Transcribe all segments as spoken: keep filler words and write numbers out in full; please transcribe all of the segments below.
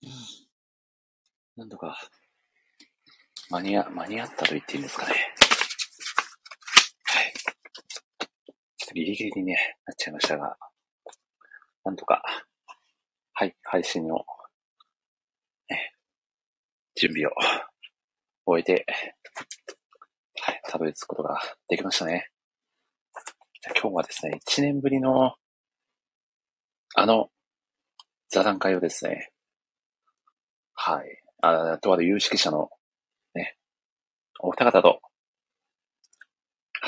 なんとか間に合、間に合ったと言っていいんですかね。はい。ちょっとギリギリにね、なっちゃいましたが、なんとか、はい、配信の、ね、準備を終えて、はい、たどり着くことができましたね。じゃあ今日はですね、いちねんぶりの、あの、座談会をですね、はい、あとある有識者の、ね、お二方と、はい、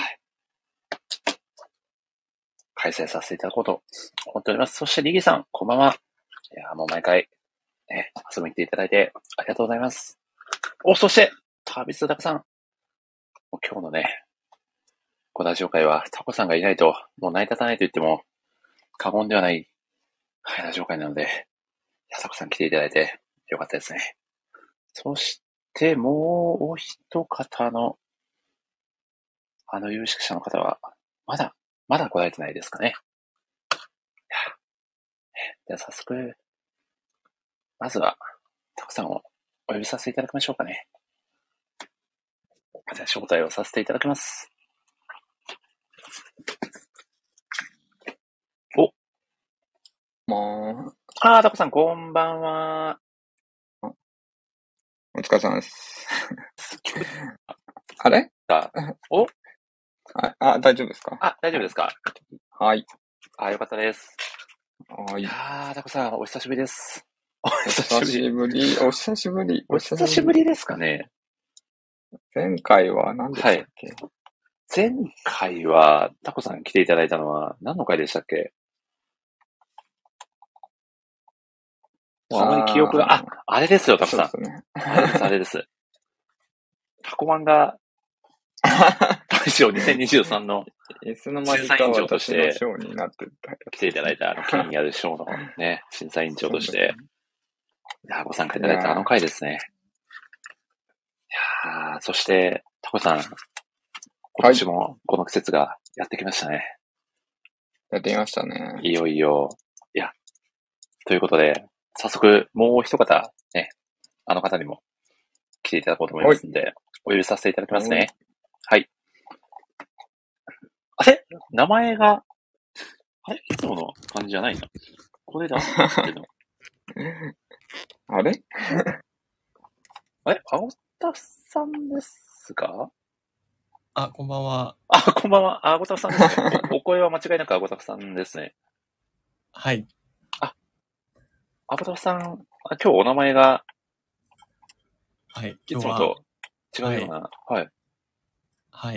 開催させていただこうと思っております。そしてリギさん、こんばんは。いや、もう毎回、ね、遊びに来ていただいてありがとうございます。お、そして、旅すだかさん。もう今日のね、このラジオ会はタコさんがいないと、もう成り立たないと言っても過言ではない、はい、ラジオ会なので、タコさん来ていただいてよかったですね。そして、もうお一方の、あの有識者の方は、まだ、まだ来られてないですかね。では早速、まずは、タコさんをお呼びさせていただきましょうかね。じゃあ招待をさせていただきます。おもう、 あー、タコさんこんばんは。 お疲れ様です。あれあおあ、あ、大丈夫ですか？ あ、大丈夫ですか？ はい。 あ、よかったです。 はい。 いやー、タコさん、お久しぶりです。おお久しぶり。お久しぶり。 お久しぶりですかね。 前回は何でしたっけ？はい、 前回は、タコさん来ていただいたのは何の回でしたっけ？もうあまり記憶が、あ、あれですよ、タコさん。そうですね。あれです、あれです。タコマンが、大賞にせんにじゅうさんの審査委員長として来ていただいた、あの、権威ある賞のね、審査委員長として、いや、ご参加いただいたあの回ですね。いやー、そして、タコさん、今年もこの季節がやってきましたね。 やってきましたね。 いよいよ、いや、ということで、早速、もう一方、ね、あの方にも来ていただこうと思いますので、お呼びさせていただきますね。はい。あれ名前が、あれいつもの感じじゃないな。これだっての。 あれあれ青田さんですか？ あ、こんばんは。 あ、こんばんは。青田さんですね。お, お声は間違いなく青田さんですね。 はい。 あ、青田さん、あ、今日お名前が、 はい。 いつもと違うような。はい。 はい。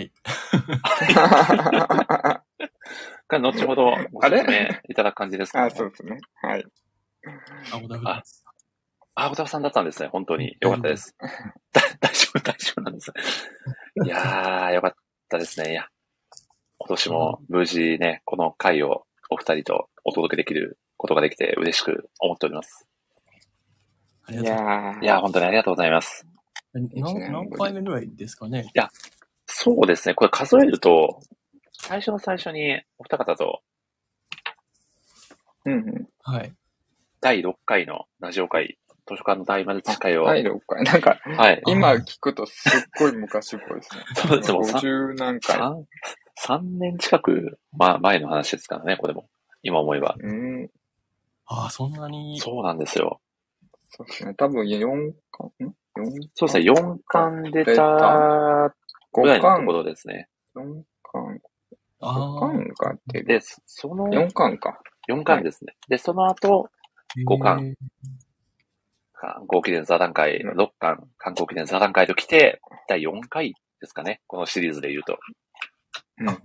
はい。後ほどご説明いただく感じですかね。 あ、そうですね。はい。 青田さんです。 あ、青田さんだったんですね。本当に。よかったです。大丈夫、大丈夫なんです。いやー、よかったですね。いや、今年も無事ね、この回をお二人とお届けできることができて嬉しく思っております。 ありがとうございます。 いや、本当にありがとうございます。 何、何回目ぐらいですかね？ いや、そうですね。これ数えると、最初の最初にお二方と、 うんうん。 はい。 だいろっかいのラジオ会、図書館の大マルチ会を。 だいろっかい。なんか、はい、今聞くとすっごい昔っぽいですね。 そうですね。もうごじゅう何回。 さんねん近く、まあ、前の話ですからね、これも。今思えば。 うん。 ああ、そんなに。 そうなんですよ。 そうですね。多分よんかん、ん ?よんそうですね。よんかん出たぐらいのところですね。 よんかん。ごかんが出る。 で、その、 よんかんか。 よんかんですね。はい、で、その後、ごかん。観光記念座談会、ろっかん、観光記念座談会と来て、だいよんかいですかね。このシリーズで言うと。 うんうん。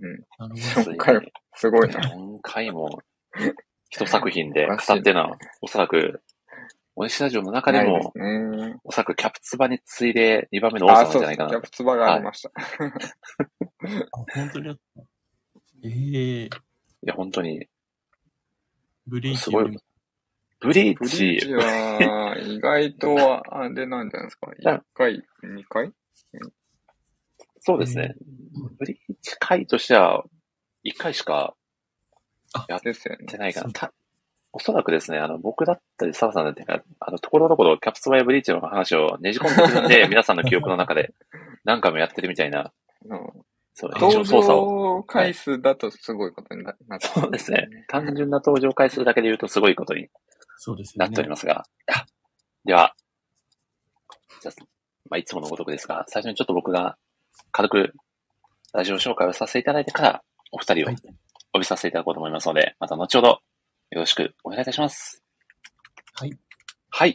よんかい、すごいな。 よんかいも、一作品で語ってるのは、おそらく、おねしラジオの中でも、ね、おそらくキャプツバに次いでにばんめの多さなんじゃないかな。 キャプツバがありました。 はい、あ、本当にあった。ええー。いや、本当に。 ブリーチよりも。 ブリーチ。 ブリーチは、意外と、あれなんじゃないですか。いっかい、にかい、 そうですね。ブリーチ回としては、いっかいしかやってないかな。 おそらくですね、あの、僕だったり、澤さんだったり、あの、ところどころキャプツバイブリーチの話をねじ込んでくるんで、皆さんの記憶の中で何回もやってるみたいな、そう、編集登操作を。 場回数だとすごいことにななって、 そうですね。単純な登場回数だけで言うとすごいことにそうですよね。 なっておりますが。あでは、じゃあ、まあ、いつものごとくですが、最初にちょっと僕が軽くラジオ紹介をさせていただいてから、お二人をはいお呼びさせていただこうと思いますので、また後ほどよろしくお願いいたします。 はい。 はい。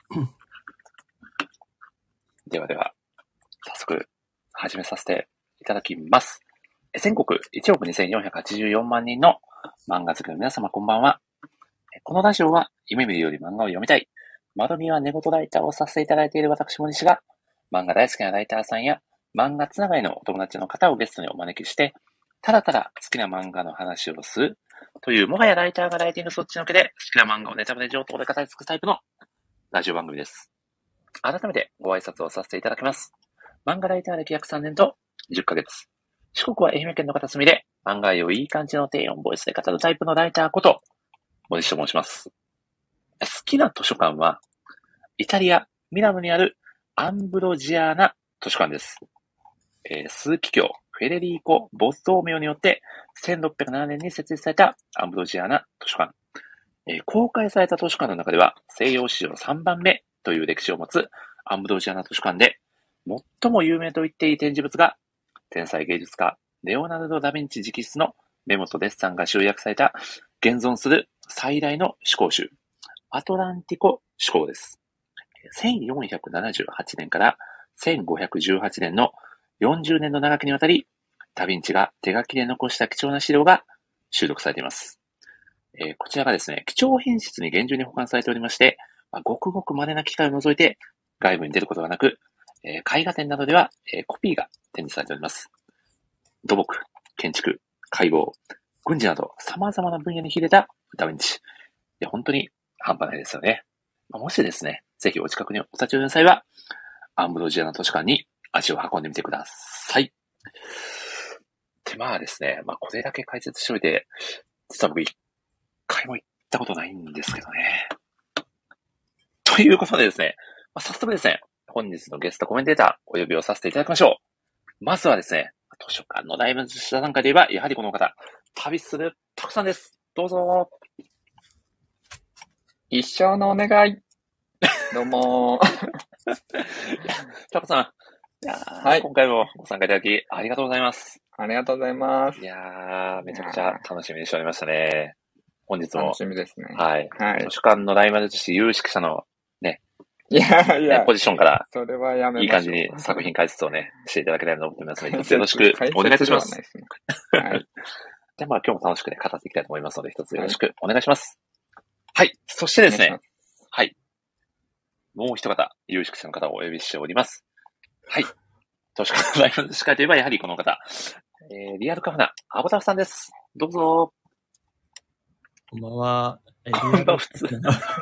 ではでは、早速始めさせていただきます。全国いちおくにせんよんひゃくはちじゅうよんまん人の漫画好きの皆様こんばんは。このラジオは夢見るより漫画を読みたい。窓見は寝言ライターをさせていただいている私も西が、漫画大好きなライターさんや漫画つながりのお友達の方をゲストにお招きして、ただただ好きな漫画の話をするという、もはやライターがライティングそっちのけで好きな漫画をネタバレ上等で語り尽くすタイプのラジオ番組です。改めてご挨拶をさせていただきます。漫画ライター歴約さんねんとじゅっかげつ。四国は愛媛県の片隅で漫画愛をいい感じの低音ボイスで語るタイプのライターこと、森下と申します。好きな図書館は、イタリア・ミラノにあるアンブロジアーナ図書館です。えー、枢機卿フェデリーコ・ボットーメオによってせんろっぴゃくななねんに設立されたアンブロジアーナ図書館。えー、公開された図書館の中では西洋史上さんばんめという歴史を持つアンブロジアーナ図書館で、最も有名と言っていい展示物が、天才芸術家レオナルド・ダ・ヴィンチ直筆のメモとデッサンが集約された現存する最大の詩講集、アトランティコ詩講です。せんよんひゃくななじゅうはちねんからせんごひゃくじゅうはちねんのよんじゅうねんの長きにわたり、ダヴィンチが手書きで残した貴重な資料が収録されています。えー、こちらがですね、貴重品質に厳重に保管されておりまして、まあ、ごくごく稀な機会を除いて外部に出ることがなく、えー、絵画展などでは、えー、コピーが展示されております。土木、建築、解剖、軍事など様々な分野に秀でたダヴィンチ。いや、本当に半端ないですよね。まあ、もしですね、ぜひお近くにお立ち寄りの際は、アンブロジアの図書館に足を運んでみてください。で、まあですね、まあこれだけ解説しておいて、実は僕一回も行ったことないんですけどね。ということでですね、まあ、早速ですね、本日のゲストコメンテーターお呼びをさせていただきましょう。まずはですね、図書館のライブした段階で言えば、やはりこの方、旅するタコさんです。どうぞ。 一生のお願い。どうもー。 タコさん、いやはい、 今回もご参加いただきありがとうございます。 ありがとうございます。 いやー、めちゃくちゃ楽しみにしておりましたね。本日も。 楽しみですね。 はい。 はい、 図書館の大丸寿司有識者のね、 いやいや、 ね、ポジションから、 それはやめましょう。 いい感じに作品解説をね、していただけたらと思ってますので、よろしくお願いいたします。 ですね、はい。 じゃあまあ今日も楽しくね、語っていきたいと思いますので、一つよろしくお願いします。はい。はい、そしてですね、はい。もう一方、有識者の方をお呼びしております。はい。図書館のライブ司会といえばやはりこの方、えー、リアルカフなアボタフさんです。どうぞ。 こんばんは。 えこんばんは、普通。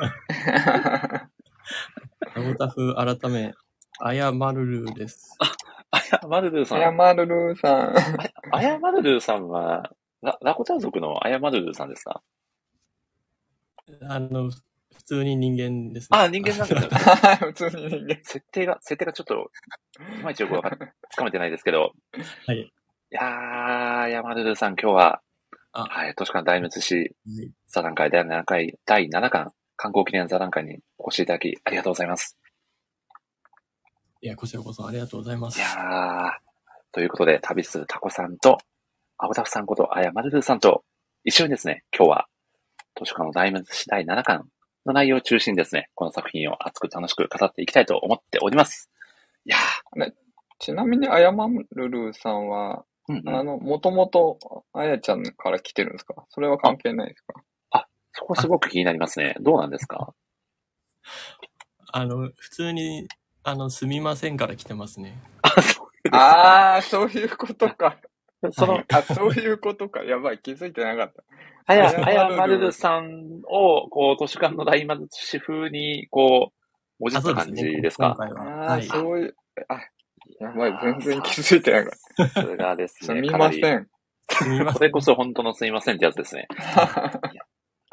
アボタフ改め、あやまるるです。 あ、あやまるるさん。 あやまるるさん。 あやまるるさんは、ラ、ラコタ族のあやまるるさんですか？ あの、普通に人間ですね。 あ、人間なんですよね。 普通に人間。 設定が、設定がちょっと、いまいちよくわかつかめてないですけど。 はい。いやー、やまるるさん、今日は、はい、図書館大仏師座談会だいななかい、だいななかん、観光記念座談会にお越しいただき、ありがとうございます。 いや、こちらこそありがとうございます。 いやー、ということで、旅するタコさんと、アボタフさんことあやまるるさんと、一緒にですね、今日は、図書館の大仏師だいななかんの内容を中心にですね、この作品を熱く楽しく語っていきたいと思っております。いやー。 ね、ちなみにあやまるるさんは、うんうん、あの、もともと、あやちゃんから来てるんですか？それは関係ないですか？ あ、あそこすごく気になりますね。どうなんですか？ あの、普通に、あの、すみませんから来てますね。 あ、そうです。 ああ、そういうことか。 その、 あ、そういうことか。やばい、気づいてなかった。 あや、あやまるるさんを、こう、図書館の大魔術師風に、こう、文字った感じですか？ そうですね、今回は。 ああ、はい、そういう、あ、やばい、全然気づいてなかった。 さすがですね。 すみません。 これこそ本当のすみませんってやつですね。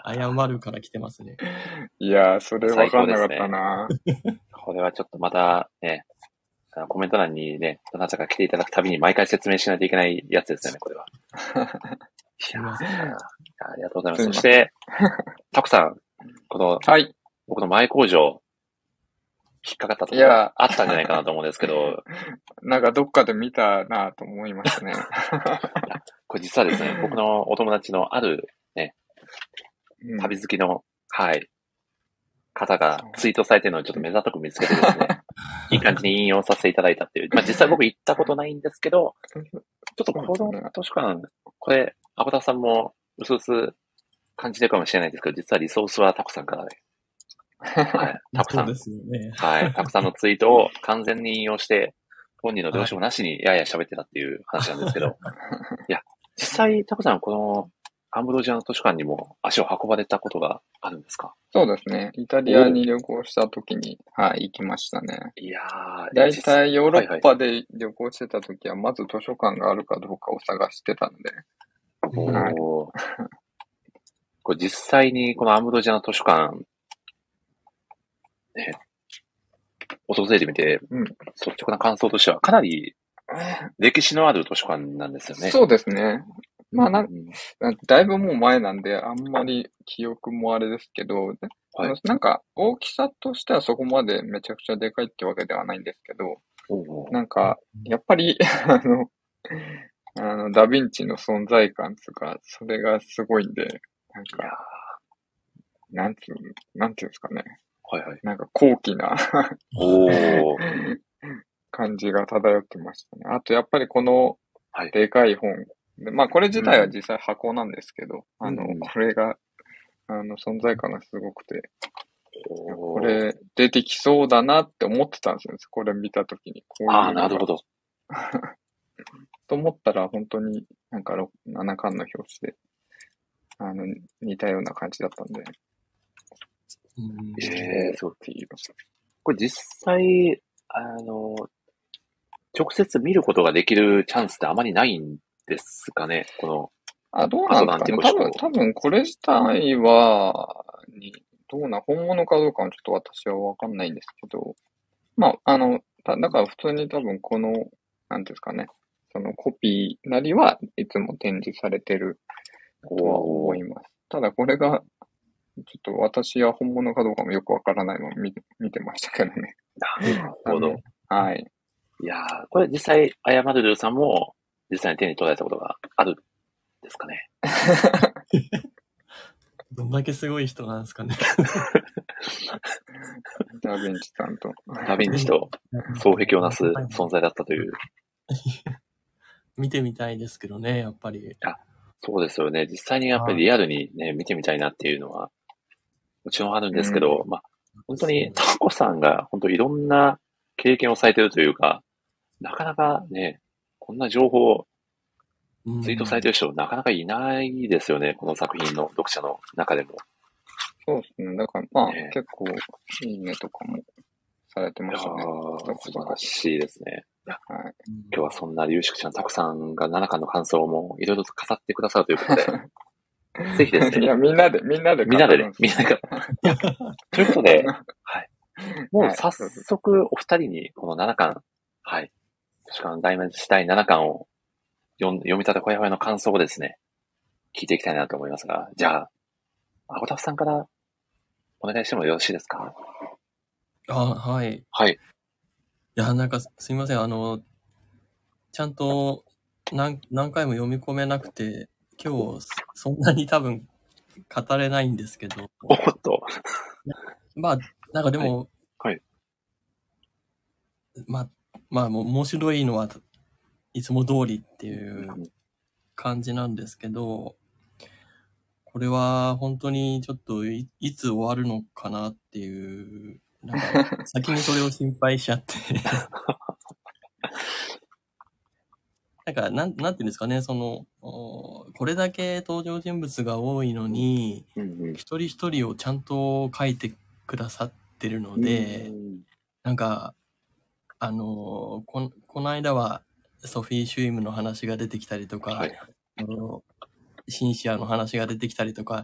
謝るから来てますね。 いやー、それわかんなかったな、 ね。これはちょっとまたね、コメント欄にね、どなたか来ていただくたびに毎回説明しないといけないやつですよね、これは。 すみません。 ありがとうございます。そして、タコさん、この、 はい、僕の前工場、引っかかったところがあったんじゃないかなと思うんですけど。 なんかどっかで見たなと思いましたね。 これ実はですね、僕のお友達のあるね、うん、旅好きの、はい、方がツイートされてるのをちょっと目ざとく見つけてですね、いい感じに引用させていただいたっていう。まあ実際僕行ったことないんですけど、ちょっとこの図書館、これ、アボタさんもうすうす感じてるかもしれないですけど、実はリソースはタコさんからで、はい、タコさん、 そうですよね、 はい、タコさんのツイートを完全に引用して、本人の了承なしにやや喋ってたっていう話なんですけど、はい、いや、実際タコさんこのアンブロジアの図書館にも足を運ばれたことがあるんですか？ そうですね。イタリアに旅行した時に、はい、行きましたね。 いやー、 だいたいヨーロッパで旅行してた時は、まず図書館があるかどうかを探してたんで。 はい、おこれ実際にこのアンブロジアの図書館、ね、訪れてみて、うん、率直な感想としてはかなり歴史のある図書館なんですよね。 そうですね。まあな、だいぶもう前なんで、あんまり記憶もあれですけど、はい、なんか大きさとしてはそこまでめちゃくちゃでかいってわけではないんですけど、なんか、やっぱり、あの、あの、ダヴィンチの存在感とか、それがすごいんで、なんか、なんつう、なんていうんですかね。 はいはい。 なんか高貴なお感じが漂ってましたね。あとやっぱりこのでかい本、はい、まあこれ自体は実際箱なんですけど、うん、あの、これが、あの、存在感がすごくて、これ出てきそうだなって思ってたんですよ。これ見たときに。こういうああ、なるほど。 と思ったら本当になんかななかんの表紙で、あの、似たような感じだったんで。 ええー、そうっていう。これ実際、あの、直接見ることができるチャンスってあまりないんですかね、この。 あ、どうなんですかね。多分、多分これ自体は、に、どうな、本物かどうかはちょっと私はわかんないんですけど、まあ、あの、だだから普通に多分この、なんていうんですかね、そのコピーなりはいつも展示されてるとは思います。ただこれが、ちょっと私は本物かどうかもよくわからないのを見て、見てましたけどね。 なるほど。 はい。 いやー、これ実際、あやまるるさんも実際に手に取られたことがあるんですかね。 どんだけすごい人なんですかね。 ダヴィンチさんと。 ダヴィンチと双璧をなす存在だったという。 見てみたいですけどね、やっぱり。 あ、そうですよね。実際にやっぱりリアルにね、見てみたいなっていうのは、もちろんあるんですけど、うん、まあ、本当にタコさんが本当いろんな経験をされてるというか、なかなかね、こんな情報をツイートされてる人、なかなかいないですよね、この作品の読者の中でも。 そうですね。だからまあ、ね、結構いいねとかもされてましたね。 素晴らしいですね。 はい、 今日はそんな有識者のタコさんがななかんの感想もいろいろと語ってくださるということで、ぜひですね。 いや、みんなで、みんなでみんなでね、みんなで。ということで、はい。もう早速お二人にこのななかん、はい。図書館大魔師第ななかんを読み立てほやほやの感想をですね、聞いていきたいなと思いますが、じゃあ、アゴタフさんからお願いしてもよろしいですか？ あ、はい。 はい。いや、なんかすいません、あの、ちゃんと何何回も読み込めなくて、今日そんなに多分語れないんですけど。 おっと。 まあ、なんかでも、 はい。はい、 まあ、まあ、面白いのはいつも通りっていう感じなんですけど、これは本当にちょっと い, いつ終わるのかなっていう、なんか先にそれを心配しちゃってなんかなん、なんていうんですかね、その、これだけ登場人物が多いのに、うんうん、一人一人をちゃんと書いてくださってるので、うん、なんか、あのこ、この間はソフィー・シュイムの話が出てきたりとか、はい、あのシンシアの話が出てきたりとか、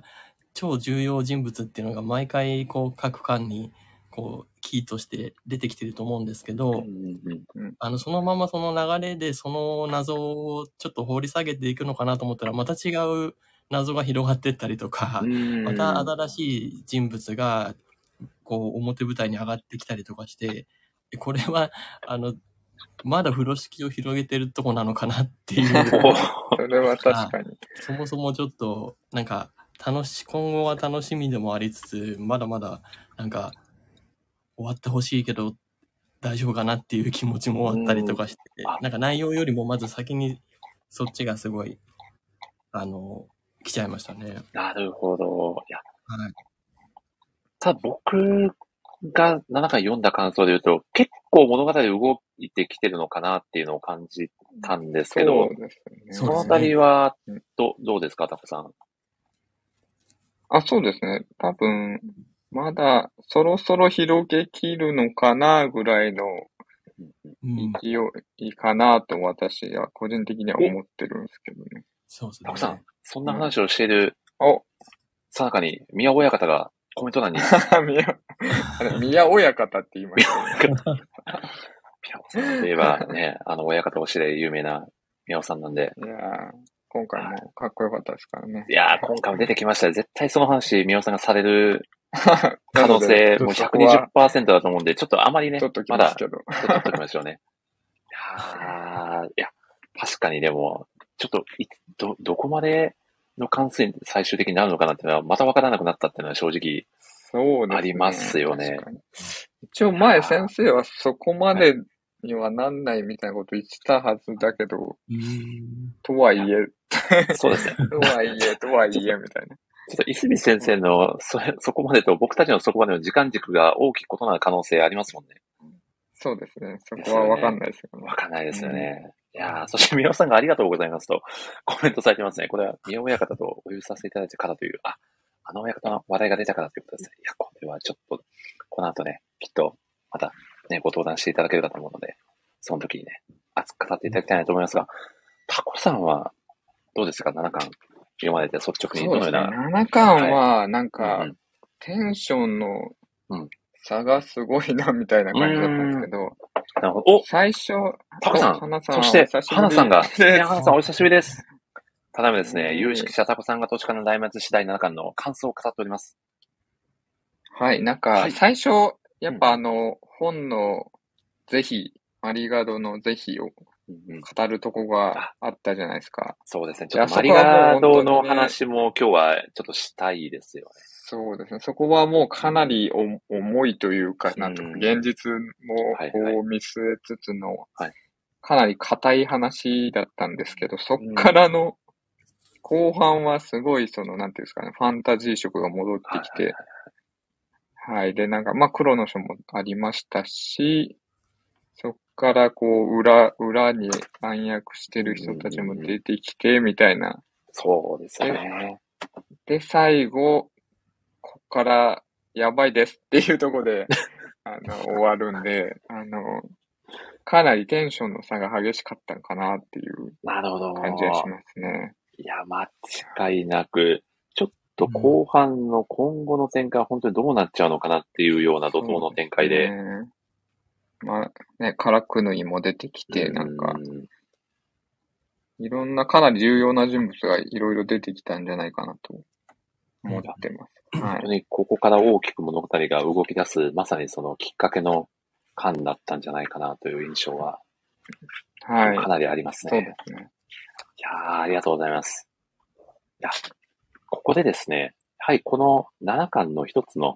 超重要人物っていうのが毎回こう各巻にこうキーとして出てきてると思うんですけど、 うんうんうん、 あのそのままその流れでその謎をちょっと掘り下げていくのかなと思ったらまた違う謎が広がっていったりとか、また新しい人物がこう表舞台に上がってきたりとかして、これはあのまだ風呂敷を広げてるとこなのかなっていう。 それは確かに。 そもそもちょっとなんか楽し今後は楽しみでもありつつ、まだまだなんか終わってほしいけど大丈夫かなっていう気持ちもあったりとかして、なんか内容よりもまず先にそっちがすごいあの来ちゃいましたね。 なるほど。いや、 はい、 ただ僕がななかん読んだ感想で言うと、結構物語動いてきてるのかなっていうのを感じたんですけど、 そうですね。 そのあたりはど、どうですか、タコさん。 あ、そうですね。多分、まだそろそろ広げきるのかなぐらいの勢いかなと私は個人的には思ってるんですけどね。 そうですね。 タコさん、そんな話をしている、 おさなかに宮親方がコメント欄に。 宮、宮親方って言いましたね。 宮親方。宮尾さんといえばね、あの親方推しで有名な宮尾さんなんで。 いやー、今回もかっこよかったですからね。 いやー、今回も出てきましたよ。絶対その話、宮尾さんがされる可能性、もう ひゃくにじゅっパーセント だと思うんで、ちょっとあまりね、まだ、ちょっと取っときましょうね。いやー、いや、確かにでも、ちょっと、ど、どこまでの関数に最終的になるのかなっていうのは、また分からなくなったっていうのは正直、ありますよね。 一応前先生はそこまでにはなんないみたいなこと言ってたはずだけど、とはいえ、 そうですね。 とはいえ、とはいえ、みたいな。 ちょっと、いすみ先生のそ、そこまでと僕たちのそこまでの時間軸が大きく異なる可能性ありますもんね。 そうですね。そこはわかんないですよね。 わかんないですよね。うん、いやー、そして宮尾さんがありがとうございますとコメントされてますね。これは宮尾親方とお呼びさせていただいてからという、あ、あの親方の話題が出たからということですね。いや、これはちょっと、この後ね、きっと、またね、ご登壇していただけるかと思うので、その時にね、熱く語っていただきたいなと思いますが、タコさんはどうですか？ななかん読まれて率直にどのような。 そうですね。ななかんは、なんか、はい、テンションの差がすごいな、みたいな感じだったんですけど、 なるほど。お最初、 タコさん、 花さんそして、花さんが、いや、花さんお久しぶりです。ただいまですね、有識者タコさんが土地勘の大滅次第ななかんの感想を語っております。 はい、なんか、最初、やっぱあの、本の是非、マリガドの是非を語るとこがあったじゃないですか。 そうですね、ちょっとマリガドの話も今日はちょっとしたいですよね。 そうですね。そこはもうかなりお重いというか、なんとか現実もこう見据えつつの、かなり硬い話だったんですけど、そっからの後半はすごいその、なんていうんですかね、ファンタジー色が戻ってきて、はい。で、なんか、まあ、黒の書もありましたし、そっからこう、裏、裏に暗躍してる人たちも出てきて、みたいな。 そうですね。 で、最後、こっからやばいですっていうところで、あの、終わるんで、あの、かなりテンションの差が激しかったのかなっていう感じがしますね。 いや、間違いなく、ちょっと後半の今後の展開は本当にどうなっちゃうのかなっていうような怒涛の展開で。 ね、まあね、カラクヌイも出てきて、なんか、いろんなかなり重要な人物がいろいろ出てきたんじゃないかなと思ってます。 本当にここから大きく物語が動き出す、まさにそのきっかけの巻だったんじゃないかなという印象は、はい、かなりありますね。 そうですね。 いやー、ありがとうございます。いや、ここでですね、はい、このななかんの一つの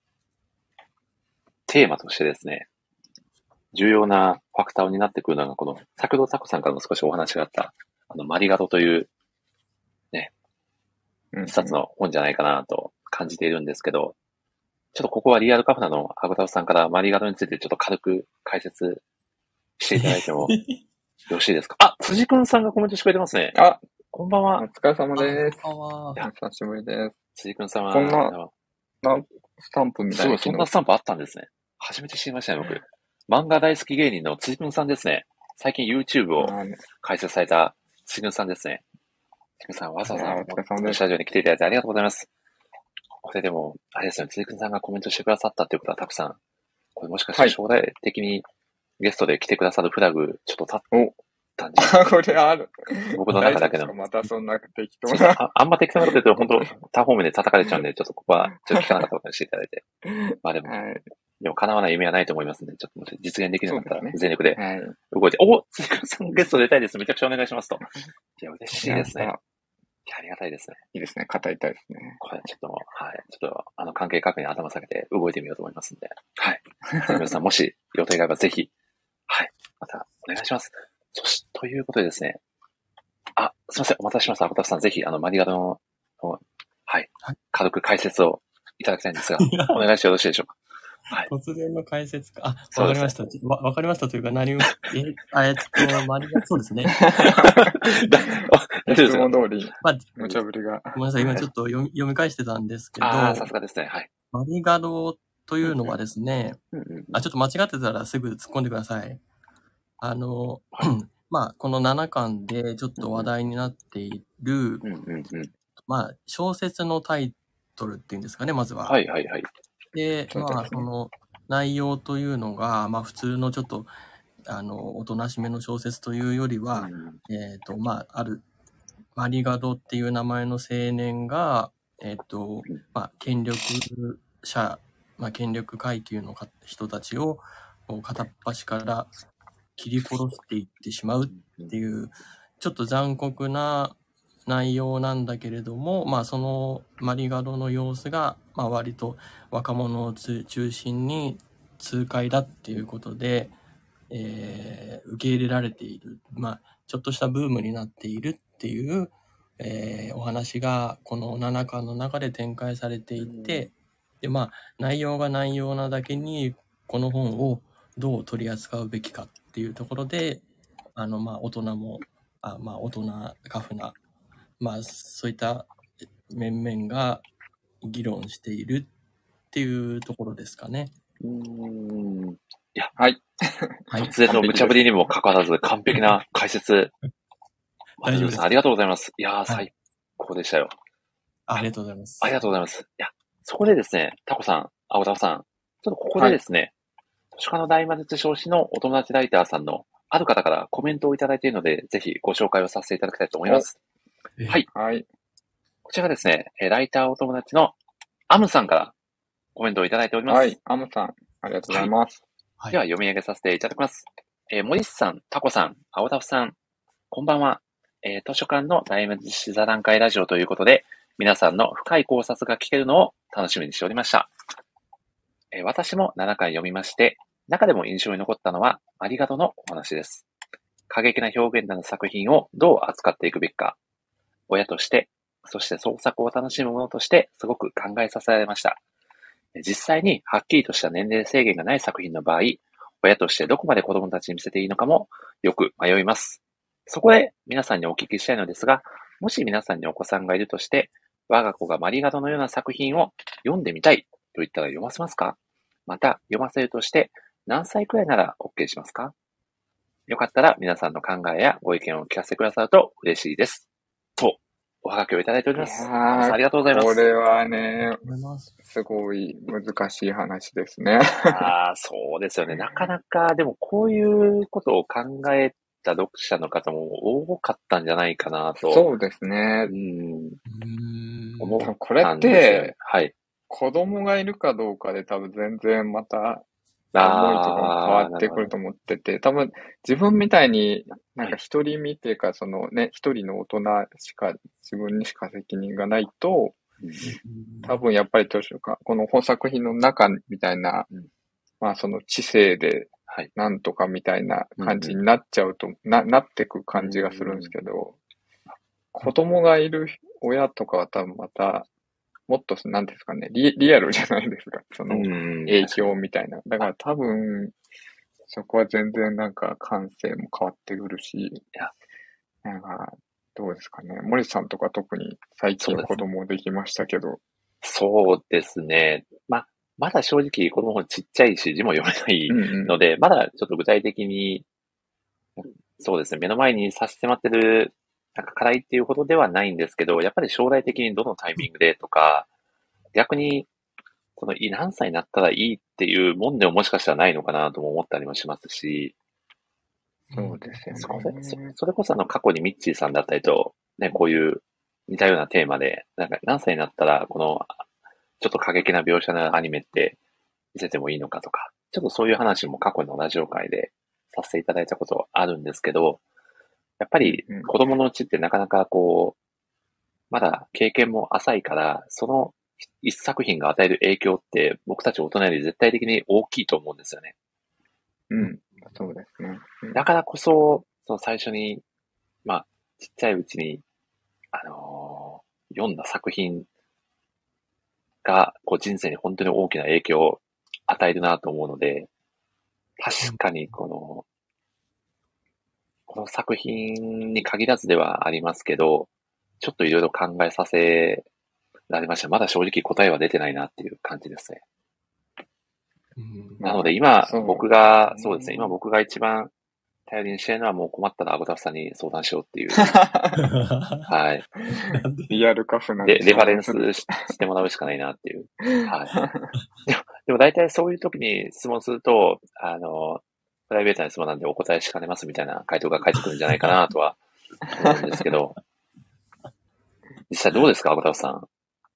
テーマとしてですね、重要なファクターになってくるのが、この、先ほどタコさんからも少しお話があった、あの、マリガドという、ね、一冊の本じゃないかなと感じているんですけど、ちょっとここはリアルカフナのアグタオさんからマリガドについてちょっと軽く解説していただいてもよろしいですか？あ、辻くんさんがコメントしてくれてますね。 あ、 こんばんは。 お疲れ様です。 お久しぶりです。 辻くんさんは、 こんな、なスタンプみたいな。 そう、そんなスタンプあったんですね。初めて知りましたね、僕。漫画大好き芸人の辻くんさんですね。最近 YouTube を開設された辻くんさんですね。辻くんさん、わざわざスタジオに来ていただいてありがとうございます。 これでも、あれですよね、ついくんさんがコメントしてくださったっていうことは、たくさん、これもしかして将来的にゲストで来てくださるフラグ、ちょっと立ったんじゃないこれある。 僕の中だけの。 またそんな適当な。 あ, あんま適当なこと言うと、本当多方面で叩かれちゃうんで、ちょっとここは、ちょっと聞かなかったことにしていただいて。まあでも、はい、でも叶わない夢はないと思いますので、ちょっと実現できなかったら、全力で動いて、ね、はい、おついくんさんゲスト出たいです。めちゃくちゃお願いしますと。いや、嬉しいですね。いや、ありがたいですね。 いいですね。語りたいですね。 これちょっと、はい。ちょっと、あの、関係確認頭下げて動いてみようと思いますんで。はい。ついくんさん、もし予定があればぜひ、はい。また、お願いします。そし、ということでですね。あ、すいません。お待たせしました。アコタフさん、ぜひ、あの、マリガドの、はい。軽く解説をいただきたいんですが、お願いしてよろしいでしょうか。はい。 突然の解説か。あ、わかりました。ね、わ, わかりましたというか、何を、え、あ、えっと、マリガド、そうですね。 いつも通り、まあ、無茶ぶりが。 ごめんなさい。今ちょっと読み読み返してたんですけど、 ああ、さすがですね。はい。 マリガドというのはですね、うんうんうん、あ、ちょっと間違ってたらすぐ突っ込んでください。あの、はい、まあ、このななかんでちょっと話題になっている、うんうんうん、まあ、小説のタイトルっていうんですかね、まずは。 はいはいはい。 で、まあ、その内容というのが、まあ、普通のちょっと、あの、おとなしめの小説というよりは、うん、えっと、まあ、ある、マリガドっていう名前の青年が、えっと、まあ、権力者、まあ、権力階級の人たちを片っ端から切り殺していってしまうっていう、ちょっと残酷な内容なんだけれども、まあそのマリガドの様子が、まあ割と若者を中心に痛快だっていうことで、えー、受け入れられている、まあちょっとしたブームになっているっていう、えー、お話がこのななかんの中で展開されていて、でまあ内容が内容なだけにこの本をどう取り扱うべきかっていうところで、あの、まあ、大人も、あまあ、大人、カフな、まあ、そういった面々が議論しているっていうところですかね。 うーん。いや、 はい。 突然の無茶ぶりにもかかわらず完璧な解説。大丈夫です。ありがとうございます。いやー、最高でしたよ。 あ。ありがとうございます。 ありがとうございます。いや、そこでですね、タコさん、青タコさん、ちょっとここでですね、はい図書館の大魔術師のお友達ライターさんのある方からコメントをいただいているので、ぜひご紹介をさせていただきたいと思います。はい。 はい。 こちらがですね、ライターお友達のアムさんからコメントをいただいております。 はい。アムさん、ありがとうございます。 はい、では読み上げさせていただきます。えー、森さん、タコさん、青タフさん、こんばんは。えー、図書館の大魔術師座談会ラジオということで、皆さんの深い考察が聞けるのを楽しみにしておりました。えー、私もななかん読みまして、中でも印象に残ったのは、マリガドのお話です。過激な表現などの作品をどう扱っていくべきか。親として、そして創作を楽しむものとして、すごく考えさせられました。実際にはっきりとした年齢制限がない作品の場合、親としてどこまで子供たちに見せていいのかもよく迷います。そこで皆さんにお聞きしたいのですが、もし皆さんにお子さんがいるとして、我が子がマリガドのような作品を読んでみたいと言ったら読ませますか？また、読ませるとして、何歳くらいなら OK しますか？よかったら皆さんの考えやご意見を聞かせてくださると嬉しいです。と、おはがきをいただいております。ありがとうございます。 これはね、すごい難しい話ですね。 ああ、そうですよね。なかなか、でもこういうことを考えた読者の方も多かったんじゃないかなと。 そうですね。 うん。 思ったんですよ。これって、はい。子供がいるかどうかで多分全然また思いとかも変わってくると思ってて、多分自分みたいになんか一人見てか、そのね、一人の大人しか、自分にしか責任がないと、多分やっぱり図書館、この本作品の中みたいな、まあその知性でなんとかみたいな感じになっちゃうと、な、なってく感じがするんですけど、子供がいる親とかは多分また、もっと、なんですかね、リ、リアルじゃないですか。その、影響みたいな。だから多分、そこは全然なんか感性も変わってくるし、なんか、どうですかね。森さんとか特に最近子供できましたけど。 そうですね。ま、まだ正直子供ちっちゃいし字も読めないので、うんうん、まだちょっと具体的に、そうですね、目の前に差し迫ってるなんか課題っていうことではないんですけど、やっぱり将来的にどのタイミングでとか、 逆に、その、い何歳になったらいいっていうもんでももしかしたらないのかなとも思ったりもしますし、 そうですよそれ、そね。 それこそあの過去にミッチーさんだったりと、ね、こういう似たようなテーマで、なんか何歳になったらこのちょっと過激な描写のアニメって見せてもいいのかとか、ちょっとそういう話も過去のラジオ会でさせていただいたことあるんですけど、やっぱりうんうん子供のうちってなかなかこう、まだ経験も浅いから、その一作品が与える影響って僕たち大人より絶対的に大きいと思うんですよね。 うん。そうですね。うんだからこそ、その最初に、まあ、ちっちゃいうちに、あのー読んだ作品が、こう人生に本当に大きな影響を与えるなと思うので、確かにこの、この作品に限らずではありますけど、ちょっといろいろ考えさせられました。まだ正直答えは出てないなっていう感じですね。 うんなので今、 そう僕が、そうですね、今僕が一番頼りにしてるのはもう困ったらアゴタフさんに相談しようっていう。はい。 なんでリアルカフなで、 にレファレン相談する。 スししてもらうしかないなっていう。はい。でも、でも大体そういう時に質問すると、あの、プライベートな質問なんでお答えしかねますみたいな回答が返ってくるんじゃないかなとは思うんですけど、実際どうですか、アゴタフさん。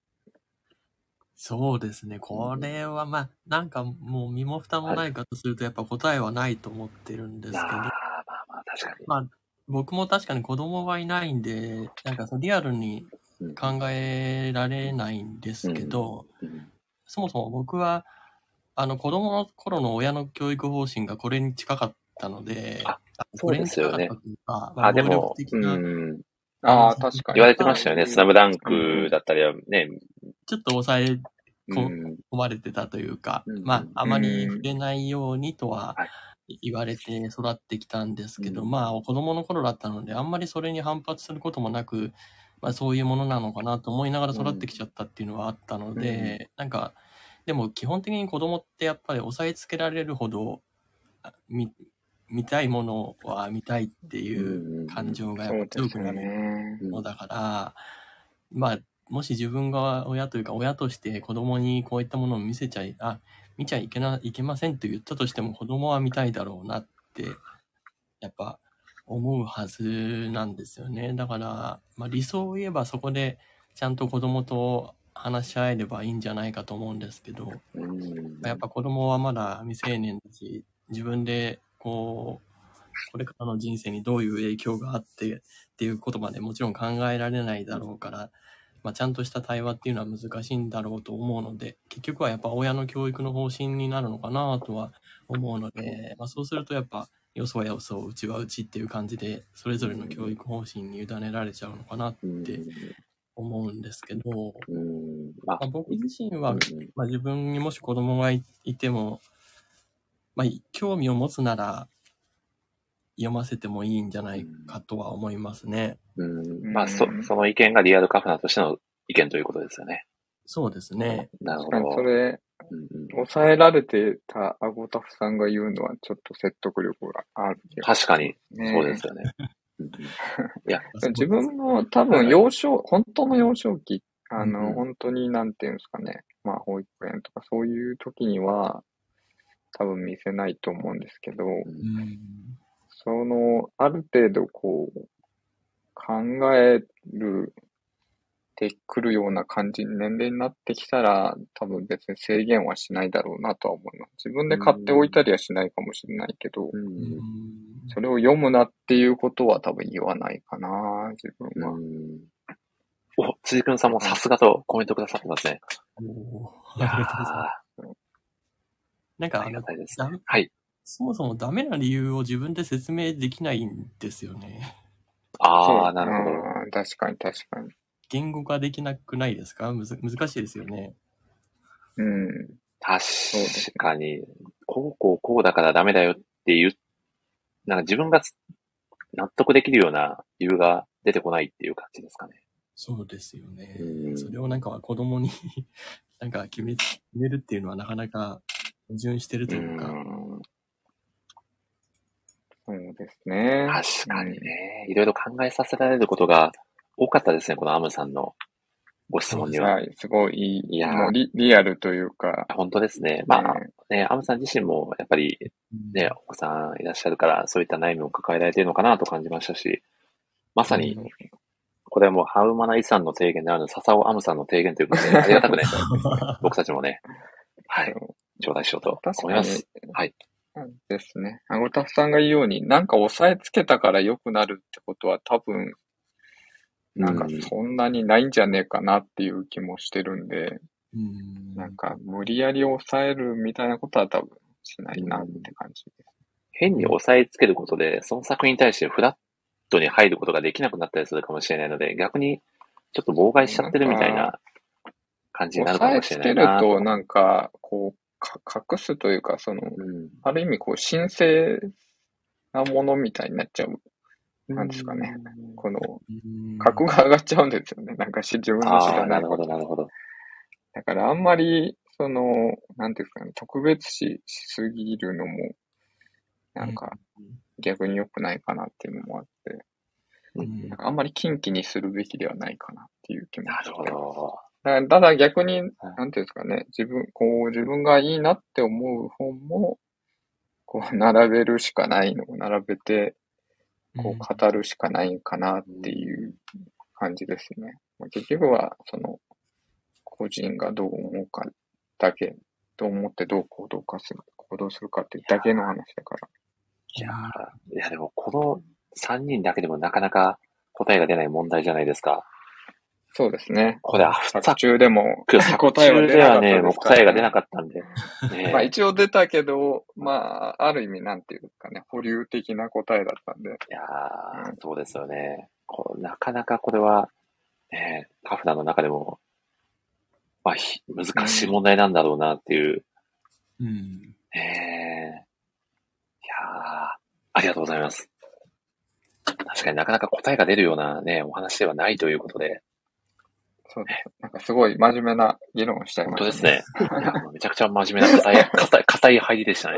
そうですね。これは、まあ、なんかもう身も蓋もないかとすると、やっぱ答えはないと思ってるんですけど、 ああ、まあまあ、確かに。 まあ、僕も確かに子供はいないんで、なんかそのリアルにうん考えられないんですけど、 うんそもそも僕は、あの子供の頃の親の教育方針がこれに近かったので、 あ、 あこそうれに近かっですよね。 たというか、まあ、 あ、で暴力も、う的なん、 ああ、 感じ確かに。 言われてまが、 したよね。 そういうスラムダンうんうんクだったりはね、 ちょっと抑えう込ん、 まれてたというか、 うん、 まあ、あうまりん触れないようにとははい。 言われて育ってきたんですけど、 うんまあ、子供の頃だったので、あんまりそれに反発することもなく、まあ、そういうものなのかなと思いながら育ってきちゃったっていうのはあったので、なんか、でも基本的に子供ってやっぱり押さえつけられるほど、あ見、見たいものは見たいっていう感情がやっぱそうですよ強くなるね。 うんのだから、まあ、もし自分が親というか、親として子供にこういったものを見せちゃい、あ、見ちゃいけな、いけませんと言ったとしても子供は見たいだろうなって、やっぱ思うはずなんですよね。だから、まあ理想を言えばそこでちゃんと子供と話し合えればいいんじゃないかと思うんですけど、 うんやっぱ子供はまだ未成年だし、自分でこう、これからの人生にどういう影響があってっていうことまでもちろん考えられないだろうから、まあ、ちゃんとした対話っていうのは難しいんだろうと思うので、結局はやっぱ親の教育の方針になるのかなとは思うので、まあ、そうするとやっぱよそはよそ、うちはうちっていう感じで、それぞれの教育方針に委ねられちゃうのかなって思うんですけど、 うんまあまあ、僕自身は、 うんまあ、自分にもし子供がいても、まあ、興味を持つなら読ませてもいいんじゃないかとは思いますね。 うんまあ、そ、その意見がリアルカフナとしての意見ということですよね。 そうですね。 なるほ確かにそど。 れ、 うんうん抑えられてたアゴタフさんが言うのはちょっと説得力がある気がし確かに、 ますね。 そうですよね。うんうんいや、 自分も多分幼少、本当の幼少期、あの、 うんうん本当になんていうんですかね、まあ保育園とかそういう時には多分見せないと思うんですけど、 うんその、ある程度こう、考える、てくるような感じに年齢になってきたら、多分別に制限はしないだろうなとは思います。自分で買っておいたりはしないかもしれないけど、 うんうんそれを読むなっていうことは多分言わないかな、自分は。 うんお、辻君さんもさすがとコメントくださってますね。 おーいやありがとうございます。 ーなんかあのありがたいですダメ、 ね。はい。 そもそもダメな理由を自分で説明できないんですよね。 そう、 ああ、なるほど。 うん、確かに確かに。 言語化できなくないですか？むず難しいですよね。 うん、 確ですねかに、こうこうこうだからダメだよっていう、なんか自分がつ納得できるような理由が出てこないっていう感じですかね。 そうですよね。 うんそれをなんか子供になんか決め、決めるっていうのはなかなか矛盾してるというか。 うんそうですね。 確かにね、いろいろ考えさせられることが多かったですね、このアムさんのご質問には。 はい、すごい、 いやもうリリアルというか。 本当ですね。まあ、 ね、 ね、アムさん自身もやっぱりね、お子さんいらっしゃるから、そういった悩みを抱えられているのかなと感じましたし、まさに、これはもうハウマナイさんの提言である笹尾アムさんの提言ということで、ありがたくね、僕たちもね、はい、頂戴しようと思います。はい。 ですね。アゴタフさんが言うように、なんか押さえつけたから良くなるってことは多分、なんかそんなにないんじゃねえかなっていう気もしてるんで、うん、なんか無理やり抑えるみたいなことは多分しないなって感じです。 変に押さえつけることで、その作品に対してフラットに入ることができなくなったりするかもしれないので、逆にちょっと妨害しちゃってるみたいな感じになるかもしれないなと。押さえつけると、なんか、こう、隠すというか、その、うん、ある意味こう、神聖なものみたいになっちゃう。なんですかね。この、格が上がっちゃうんですよね。なんかし、自分の知らないこと。 なるほど、なるほど。 だからあんまり、その、なんていうんですかね、特別視しすぎるのも、なんか、逆に良くないかなっていうのもあって、うん、なんかあんまり禁忌にするべきではないかなっていう気もして。なるほど。ただ逆に、なんていうんですかね、自分、こう、自分がいいなって思う本も、こう、並べるしかないのを並べて、こう、語るしかないかなっていう感じですね。まあ、結局は、その、個人がどう思うかだけ、どう思ってどう行動かする、行動するかっていうだけの話だから。 いやー、いやでもこのさんにんだけでもなかなか答えが出ない問題じゃないですか。 そうですね。 これ、 作中でも答えは出なかったですから、ね。ではね、もう答えが出なかったんで。 ね、まあ一応出たけど、まあ、ある意味なんていうかね、保留的な答えだったんで。いやー、うん、そうですよね。こうなかなかこれは、ね、カフナの中でも、まあ、難しい問題なんだろうなっていう。うん。えー、いやー、ありがとうございます。確かになかなか答えが出るようなね、お話ではないということで。 そうです。なんかすごい真面目な議論をしちゃいましたね。 本当ですね。いや、もうめちゃくちゃ真面目な硬い、硬い、硬い入りでしたね。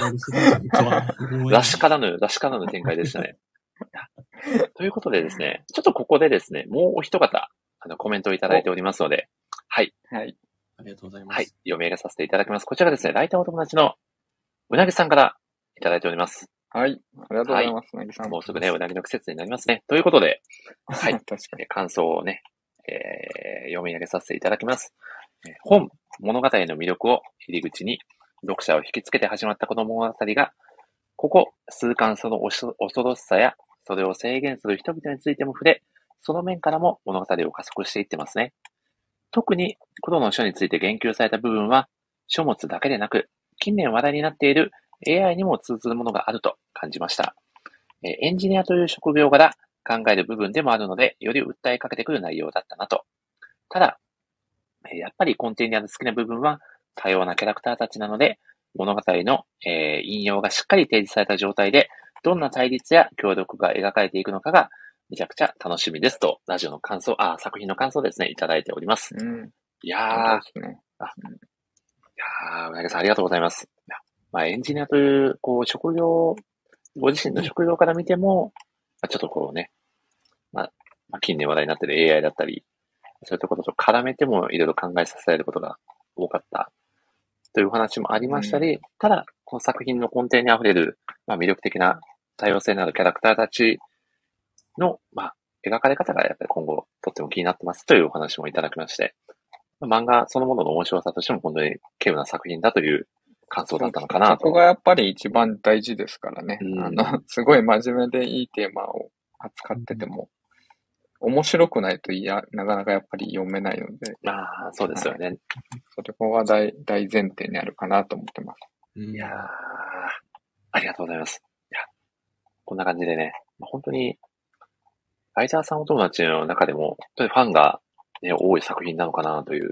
らしからぬ、らしからぬ展開でしたね。ということでですね、ちょっとここでですね、もうお一方、あの、コメントをいただいておりますので、はい。 はい。 ありがとうございます。 はい。読み上げさせていただきます。こちらがですね、ライターお友達のうなぎさんからいただいております。 はい。ありがとうございます。うなぎさん。 もうすぐね、うなぎの季節になりますね。ということで、はい。 確かに。 感想をね、えー、読み上げさせていただきます。本、物語の魅力を入り口に、読者を引きつけて始まったこの物語が、ここ数巻その恐ろしさや、それを制限する人々についても触れ、その面からも物語を加速していってますね。特に、黒の書について言及された部分は、書物だけでなく、近年話題になっている エーアイ にも通ずるものがあると感じました。エンジニアという職業柄、考える部分でもあるので、より訴えかけてくる内容だったなと。ただ、やっぱり根底にある好きな部分は多様なキャラクターたちなので、物語の、えー、引用がしっかり提示された状態で、どんな対立や協力が描かれていくのかが、めちゃくちゃ楽しみですと、ラジオの感想、あ、作品の感想ですね、いただいております。 うん、 いやー、 ね、 あ、いやー、うなぎさんありがとうございます。まあ、エンジニアという、こう、職業、ご自身の職業から見ても、まあ、ちょっとこうね、まあ、まあ、近年話題になっている エーアイ だったり、そういったことと絡めてもいろいろ考えさせられることが多かったというお話もありましたり、うん、ただ、この作品の根底に溢れる、まあ、魅力的な多様性のあるキャラクターたちの、まあ、描かれ方がやっぱり今後とっても気になってますというお話もいただきまして、漫画そのものの面白さとしても本当に稀有な作品だという感想だったのかなと。 そこがやっぱり一番大事ですからね。うん、あの、すごい真面目でいいテーマを扱ってても、面白くないといや、なかなかやっぱり読めないので。 ああ、そうですよね。はい、 それこが大、大前提にあるかなと思ってます。 いやー、ありがとうございます。いや、こんな感じでね、本当に、ライターさんお友達の中でも、ファンが、ね、多い作品なのかなという、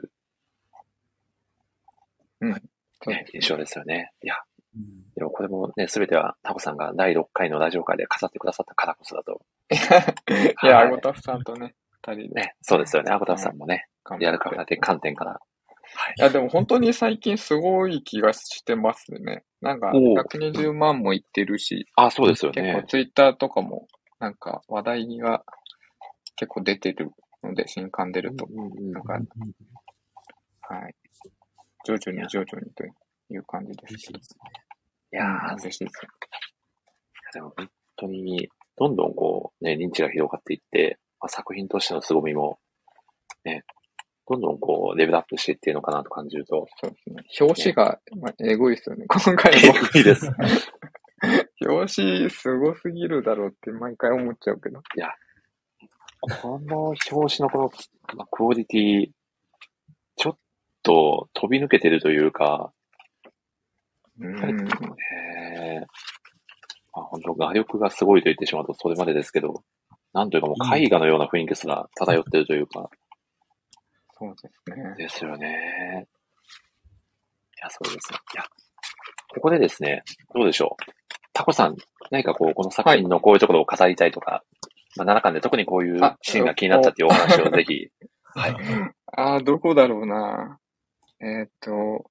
うん、 ね、印象ですよね。いや、うん、でもこれもね、すべてはタコさんがだいろっかいのラジオ会で語ってくださったからこそだと。 いや、アゴタフさんとね、二人で。 ね、そうですよね。アゴタフさんもね、リアルカフェって観点から。 はい、いや、でも本当に最近すごい気がしてますね。なんか、ひゃくにじゅうまんもいってるし。 あ、そうですよね。 結構ツイッターとかも、なんか話題が結構出てるので、新刊出ると、 うんうんうんなんか、はい。徐々に徐々にという感じですけど。 いやー、 うん嬉しいですよ。 でも本当に、どんどんこう、ね、認知が広がっていって、まあ、作品としての凄みも、ね、どんどんこう、レベルアップしていっているのかなと感じると。 そうですね。表紙が、まあ、えぐいですよね、今回も。 えぐいです。 表紙すごすぎるだろうって毎回思っちゃうけど。 いや、この表紙のこの、まあ、クオリティ、ちょっと飛び抜けてるというか、 うん。 えーまあ、本当画力がすごいと言ってしまうとそれまでですけど、なんというかもう絵画のような雰囲気すら漂ってるというか。 そうですね。 ですよね。いや、そうですね。いや、ここでですね、どうでしょう。タコさん、何かこう、この作品のこういうところを語りたいとか、まあ、ななかんで特にこういうシーンが気になったっていうお話をぜひ。はい。 ああ、どこだろうな。えーっと、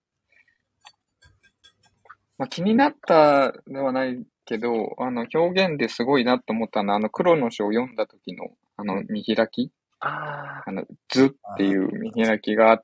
まあ、気になったではないけど、あの、表現ですごいなと思ったのは、あの、黒の書を読んだ時の、あの、見開きああの、図っていう見開きがあって、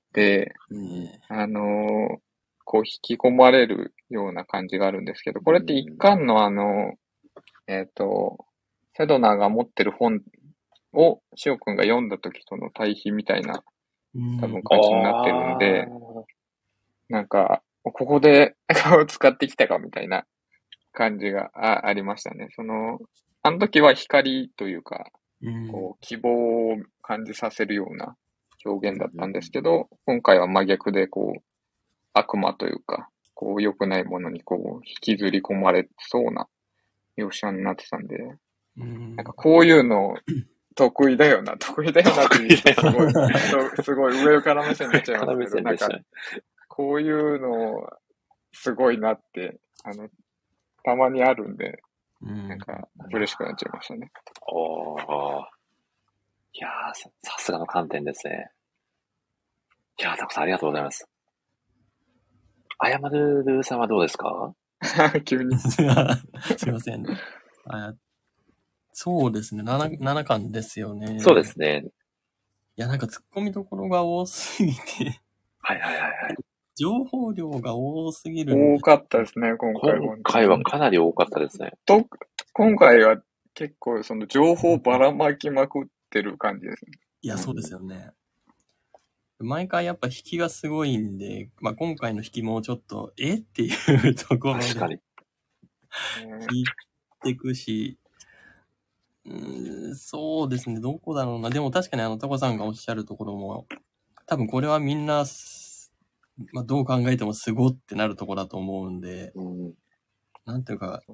ねあのーこう引き込まれるような感じがあるんですけど、これって一巻のあの、えっと、セドナが持ってる本をシオ君が読んだ時との対比みたいな多分あ。 感じになってるんで、 あーなんか、ここで顔を使ってきたかみたいな感じがあ、ありましたね。その、あの時は光というか、 うんこう、希望を感じさせるような表現だったんですけど、今回は真逆で、こう、悪魔というか、こう、良くないものにこう、引きずり込まれそうな描写になってたんで、 うんなんかこういうの得意だよな、得意だよなって言うとすごい、そうすごい上から目線になっちゃいますけど、なんか、こういうのすごいなって、あの、たまにあるんで、なんか嬉しくなっちゃいましたね。 おー。いやーさ、さすがの観点ですね。いやー、たくさんありがとうございます。あやまるるさんはどうですか？ 急に。 すいません。あそうですね。なな、ななかんですよね。 そうですね。 いや、なんか突っ込みどころが多すぎて、 はいはいはいはい。 情報量が多すぎるんで。 多かったですね、今回今回はかなり多かったですね。 と、今回は結構その情報ばらまきまくってる感じですね。 いや、そうですよね。毎回やっぱ引きがすごいんで、まあ今回の引きもちょっと、えっていうところで。 確かに。 引いてくし、うーん、そうですね、どこだろうな。でも確かにあの、タコさんがおっしゃるところも、多分これはみんな、まあどう考えてもすごってなるところだと思うんで、 うん、 なんていうか、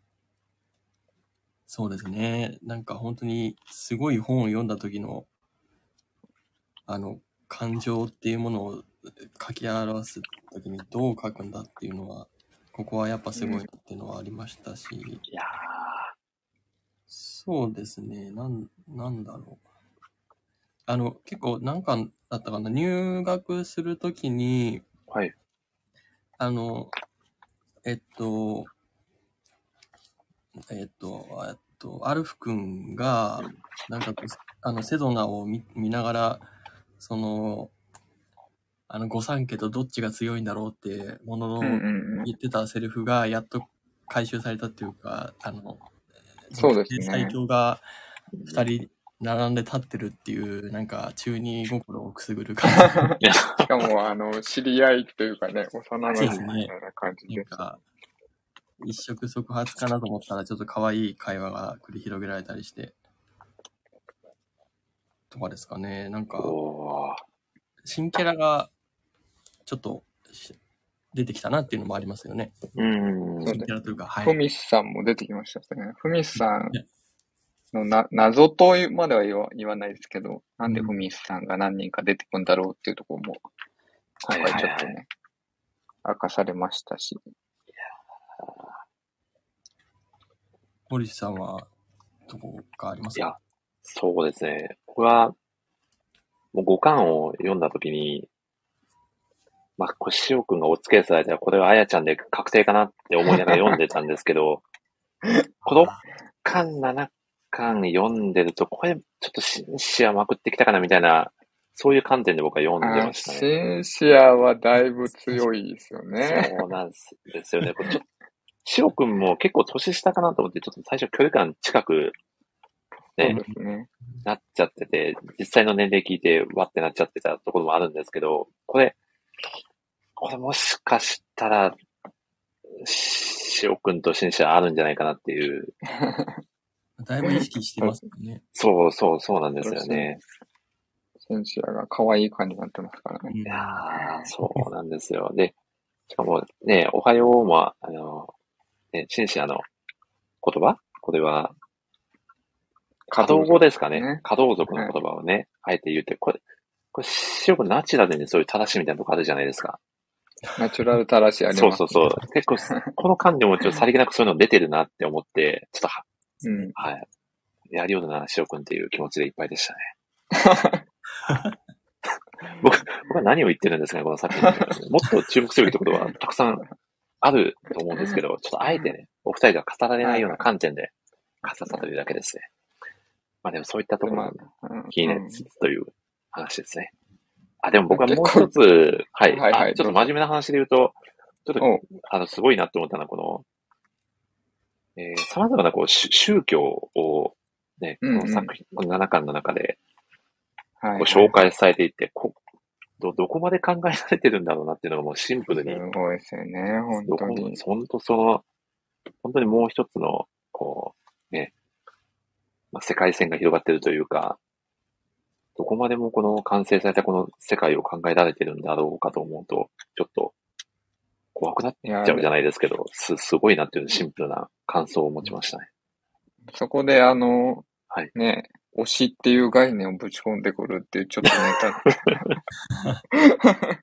そうですね。なんか本当にすごい本を読んだ時の、あの、感情っていうものを書き表す時にどう書くんだっていうのは、ここはやっぱすごいっていうのはありましたし、 いやー、 そうですね。なん、なんだろう。あの、結構何巻だったかな。入学するときに、 はい。 あの、えっと、えっと、えっと、アルフ君が、なんかこう、あの、セドナを見、見ながら、その、あの、御三家とどっちが強いんだろうってもののうんうんうん。 言ってたセリフがやっと回収されたっていうか、あの、 そうですね最強が二人並んで立ってるっていう、なんか中二心をくすぐる感じ。 しかも、あの、知り合いというかね、幼馴染みたいな感じで。 なんか、一触即発かなと思ったら、ちょっと可愛い会話が繰り広げられたりして。とかですかね。なんか、新キャラが、ちょっと、出てきたなっていうのもありますよね。 うん。 新キャラというか、はい。 フミスさんも出てきましたね。フミスさんのな謎とまでは言わ言わないですけど、なんでフミスさんが何人か出てくんだろうっていうところも、今回ちょっとね、明かされましたし。 森さんは、どこかありますか？ いや、そうですね。僕は、もうごかんを読んだときに、まあ、これ、しおくんがお付き合いされたら、これはあやちゃんで確定かなって思いながら読んでたんですけど、この巻なな巻読んでると、これ、ちょっとシンシアまくってきたかなみたいな、そういう観点で僕は読んでましたね。 シンシアはだいぶ強いですよね。 そうなんですですよね。これちょっと、シオ君も結構年下かなと思って、ちょっと最初距離感近く、ね、 そうですね。 なっちゃってて、実際の年齢聞いて、わってなっちゃってたところもあるんですけど、これ、これもしかしたら、シオ君とシンシアあるんじゃないかなっていう。 だいぶ意識してますね。 そうそうそうなんですよね。 シンシアが可愛い感じになってますからね。 いやー、そうなんですよ。で、しかもね、おはようも、あの、ね、シンシアの言葉これは、稼働語ですかね。 ね稼働族の言葉をね、あえて言って、これ、これ、よくナチュラルにそういう正しいみたいなとこあるじゃないですか。 ナチュラルたらしあります、ね。 そうそうそう。結構、この間でもちょっとさりげなくそういうの出てるなって思って、ちょっとは、 うん、 はい。やりようだな、しおくんっていう気持ちでいっぱいでしたね。僕、僕は何を言ってるんですかね、この作品。もっと注目するべきことはたくさんあると思うんですけど、ちょっとあえてね、お二人が語られないような観点で語ったというだけですね。まあでもそういったところが気になりつつという話ですね。あ、でも僕はもう一つ、はい、はいはい、あ、ちょっと真面目な話で言うと、ちょっと、あの、すごいなと思ったのは、この、えー、様々なこう宗教をね、この作品、このななかんの中で、こう紹介されていて、こど、どこまで考えられてるんだろうなっていうのがもうシンプルに。 すごいですよね、本当に。 本当その、本当にもう一つの、こう、ね、まあ、世界線が広がってるというか、どこまでもこの完成されたこの世界を考えられてるんだろうかと思うと、ちょっと怖くなっちゃうじゃないですけど、す、すごいなっていうシンプルな感想を持ちましたね。 そこであの、 はい、 ね、推しっていう概念をぶち込んでくるっていうちょっとネタ。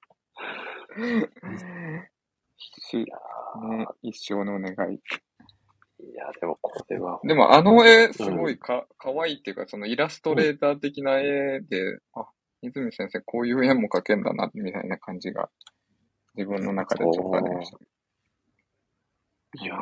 ね、一生のお願い。 いや、でもこれは。 でもあの絵、すごいか、かわいいっていうか、そのイラストレーター的な絵で、あ、泉先生こういう絵も描けんだな、みたいな感じが、自分の中でちょっとありました。 いやー。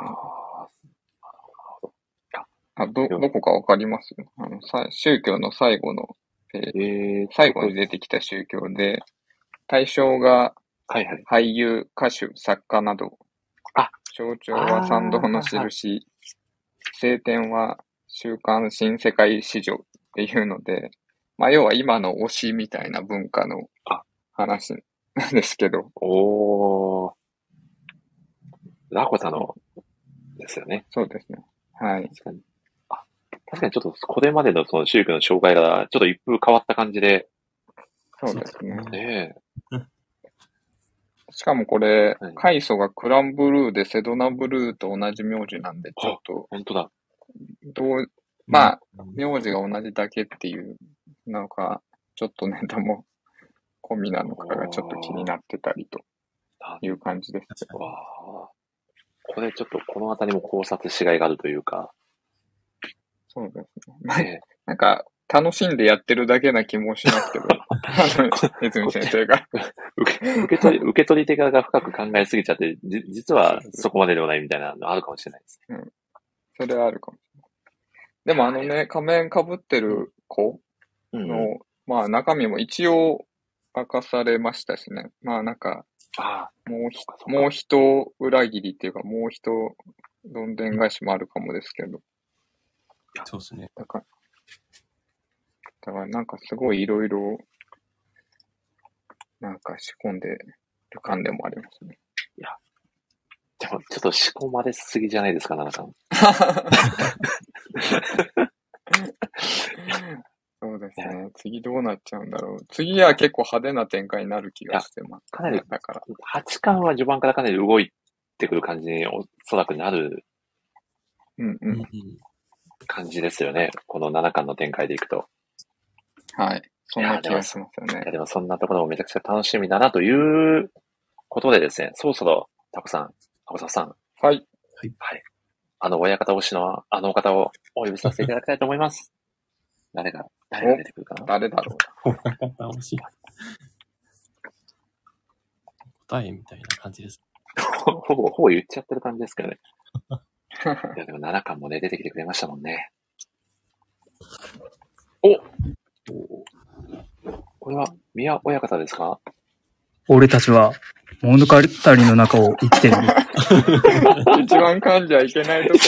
あ、ど、どこかわかります？あの、さ、宗教の最後の、えー、最後に出てきた宗教で、対象が、 はいはい。 俳優、歌手、作家など、 あ、 象徴は賛同の印、聖典は週刊新世界史上っていうので、まあ要は今の推しみたいな文化の話なんですけど。 おー。ラコタのですよね。 そうですね。はい。 確かに。あ、確かにちょっとこれまでのその宗教の紹介がちょっと一風変わった感じで。 そうですね。 ねえ。 しかもこれ、はい、開祖がクランブルーでセドナブルーと同じ名字なんで、ちょっと。 本当だ。 どう、まあ、名字が同じだけっていう、なんか、ちょっとネタも込みなのかがちょっと気になってたりという感じですけど。 わこれちょっとこのあたりも考察しがいがあるというか。 そうですね。ねなんか、楽しんでやってるだけな気もしますけど、あの、泉先生が受け。受け取り、受け取り手側が深く考えすぎちゃって、じ、実はそこまでではないみたいなのあるかもしれないですね。うん。それはあるかもしれない。でもあのね、仮面被ってる子の、うんうん、まあ中身も一応明かされましたしね。まあなんか、 ああもうひ、もう人裏切りっていうか、もう人どんでん返しもあるかもですけど。 そうですね。 だから、だからなんかすごいいろいろ、なんか仕込んでる感でもありますね。 いや、でもちょっと仕込まれすぎじゃないですか、奈々さん。 そうですね。次どうなっちゃうんだろう。次は結構派手な展開になる気がしてます。 かなり、だから。はちかんは序盤からかなり動いてくる感じにおそらくなるうんうん感じですよね。このななかんの展開でいくと。 はい。そんな気がしますよね。 いや、でもそんなところもめちゃくちゃ楽しみだなということでですね、そろそろタコさん、タコサさん。 はい。 はい。はい。あの親方推しのあのお方をお呼びさせていただきたいと思います。誰が、誰が出てくるかな。 誰だろう。 親方推し。答えみたいな感じです。 ほぼ、ほぼ言っちゃってる感じですけどね。いや、でもななかんもね、出てきてくれましたもんね。 おこれは、宮親方ですか？ 俺たちは物語の中を生きてる。 一番噛んじゃいけないとこ。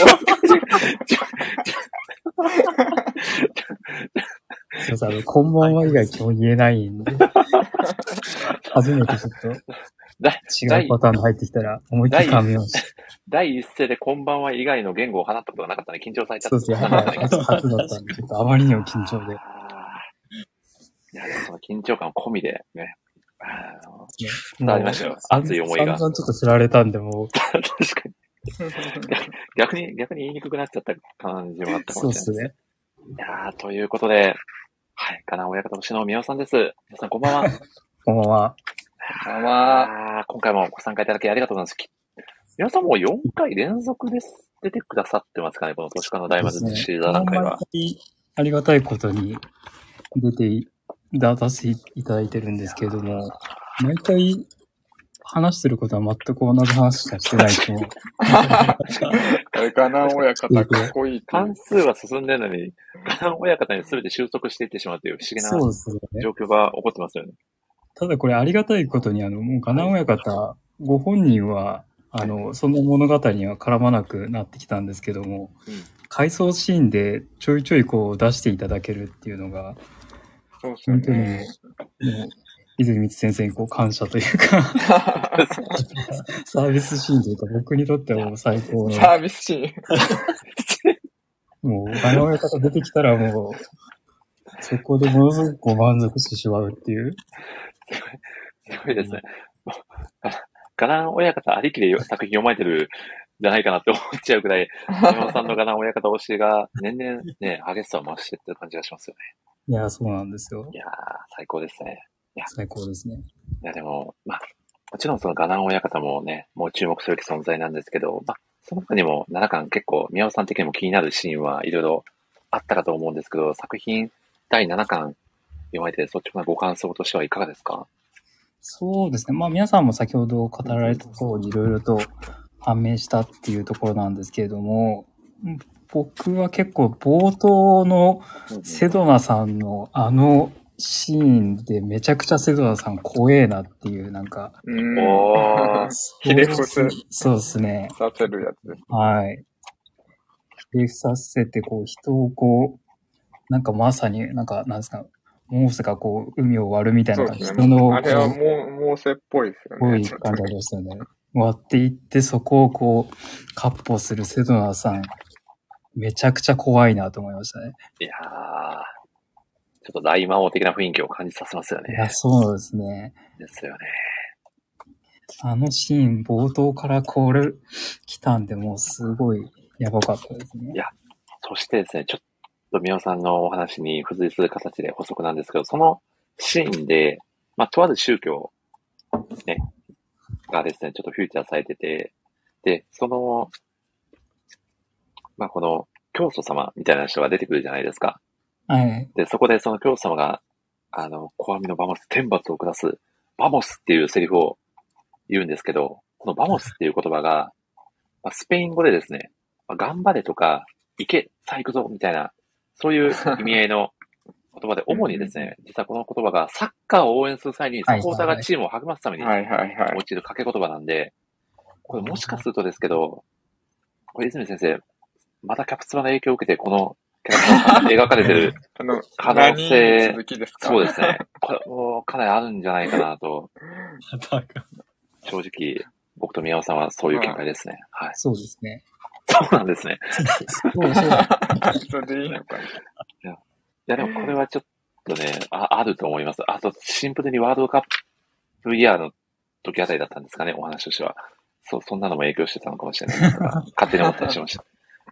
すいません、こんばんは以外基本言えないんで。初めてちょっと違うパターンが入ってきたら思いっきり噛みました。 第一声でこんばんは以外の言語を放ったことがなかったので緊張されちゃった。 そうですね、初だったんで、ちょっとあまりにも緊張で。 いや、でもその緊張感込みでね。伝わりましたよ。熱い思いが。 散々ちょっと知られたんで、もう。 確かに。逆に、逆に言いにくくなっちゃった感じもあったかもしれないです。そうですね。いやー、ということで、はい、金尾親方の篠宮尾さんです。皆さんこんばんは。 こんばんは。 こんばんは。 今回もご参加いただきありがとうございます。皆さんもうよんかい連続です。出てくださってますかね、この都市間の大魔術師座談会は。 ありがたいことに出て出させていただいてるんですけれども、毎回話してることは全く同じ話しかしてないと思う。 あれかな、親方かっこいい。 関数は進んでるのに、かな親方に全て収束していってしまうという不思議な状況が起こってますよね。 ただこれありがたいことに、あの、もうガナ親方、ご本人は、あの、その物語には絡まなくなってきたんですけども、うん、回想シーンでちょいちょいこう出していただけるっていうのが、 そうですね、本当にもう、泉光先生にこう感謝というか、サービスシーンというか僕にとってはもう最高の。 サービスシーンもう、ガナ親方出てきたらもう、そこでものすごくこう満足してしまうっていう。 すごいですね。ガナン親方ありきで作品読まれてるんじゃないかなって思っちゃうくらい、山本さんのガナン親方推しが年々ね、激しさを増してってる感じがしますよね。いや、そうなんですよ。 いやー、最高ですね。いや最高ですね。いや、でも、まあ、もちろんそのガナン親方もね、もう注目すべき存在なんですけど、まあ、その他にもななかん結構、宮尾さん的にも気になるシーンはいろいろあったかと思うんですけど、作品だいななかん読まれて率直なご感想としてはいかがですか？ そうですね。まあ皆さんも先ほど語られた通りいろいろと判明したっていうところなんですけれども、僕は結構冒頭のセドナさんのあのシーンでめちゃくちゃセドナさん怖えなっていうなんか、 うーん。おー。ひれ伏せ。 そうですね。 させるやつです。 はい。ひれ伏させてこう人をこう、なんかまさになんかなんですか、モーセがこう、海を割るみたいな感じで、 人の、あれはもう、モーセっぽいですよね。 こういう感じありましたよね。割っていって、そこをこう、カッ歩するセドナさん、めちゃくちゃ怖いなと思いましたね。 いやー、ちょっと大魔王的な雰囲気を感じさせますよね。 いや、そうですね。 ですよね。 あのシーン、冒頭からこれ、来たんで、もうすごいやばかったですね。 いや、そしてですね、ちょっと宮尾さんのお話に付随する形で補足なんですけど、そのシーンで、まあ、とある宗教、ね、がですね、ちょっとフューチャーされてて、で、その、まあ、この、教祖様みたいな人が出てくるじゃないですか。 はい。 で、そこでその教祖様が、あの、小網のバモス、天罰を下す、バモスっていうセリフを言うんですけど、このバモスっていう言葉が、まあ、スペイン語でですね、まあ、頑張れとか、行け、さあ行くぞ、みたいな、そういう意味合いの言葉で、主にですね、実はこの言葉がサッカーを応援する際にサポーターがチームを励ますために用いる掛け言葉なんで、これもしかするとですけど、これ泉先生、またキャプツバの影響を受けてこのキャラクターが描かれてる可能性、そうですね。これもかなりあるんじゃないかなと。正直、僕と宮尾さんはそういう見解ですね。はい。 そうですね。 そうなんですね。 そうそう。 それでいいのか。 いや、いやでもこれはちょっとね、あ、あると思います。あと、シンプルにワールドカップイヤーの時あたりだったんですかね、お話としては。そう、そんなのも影響してたのかもしれないですが、勝手に思ったりしました。い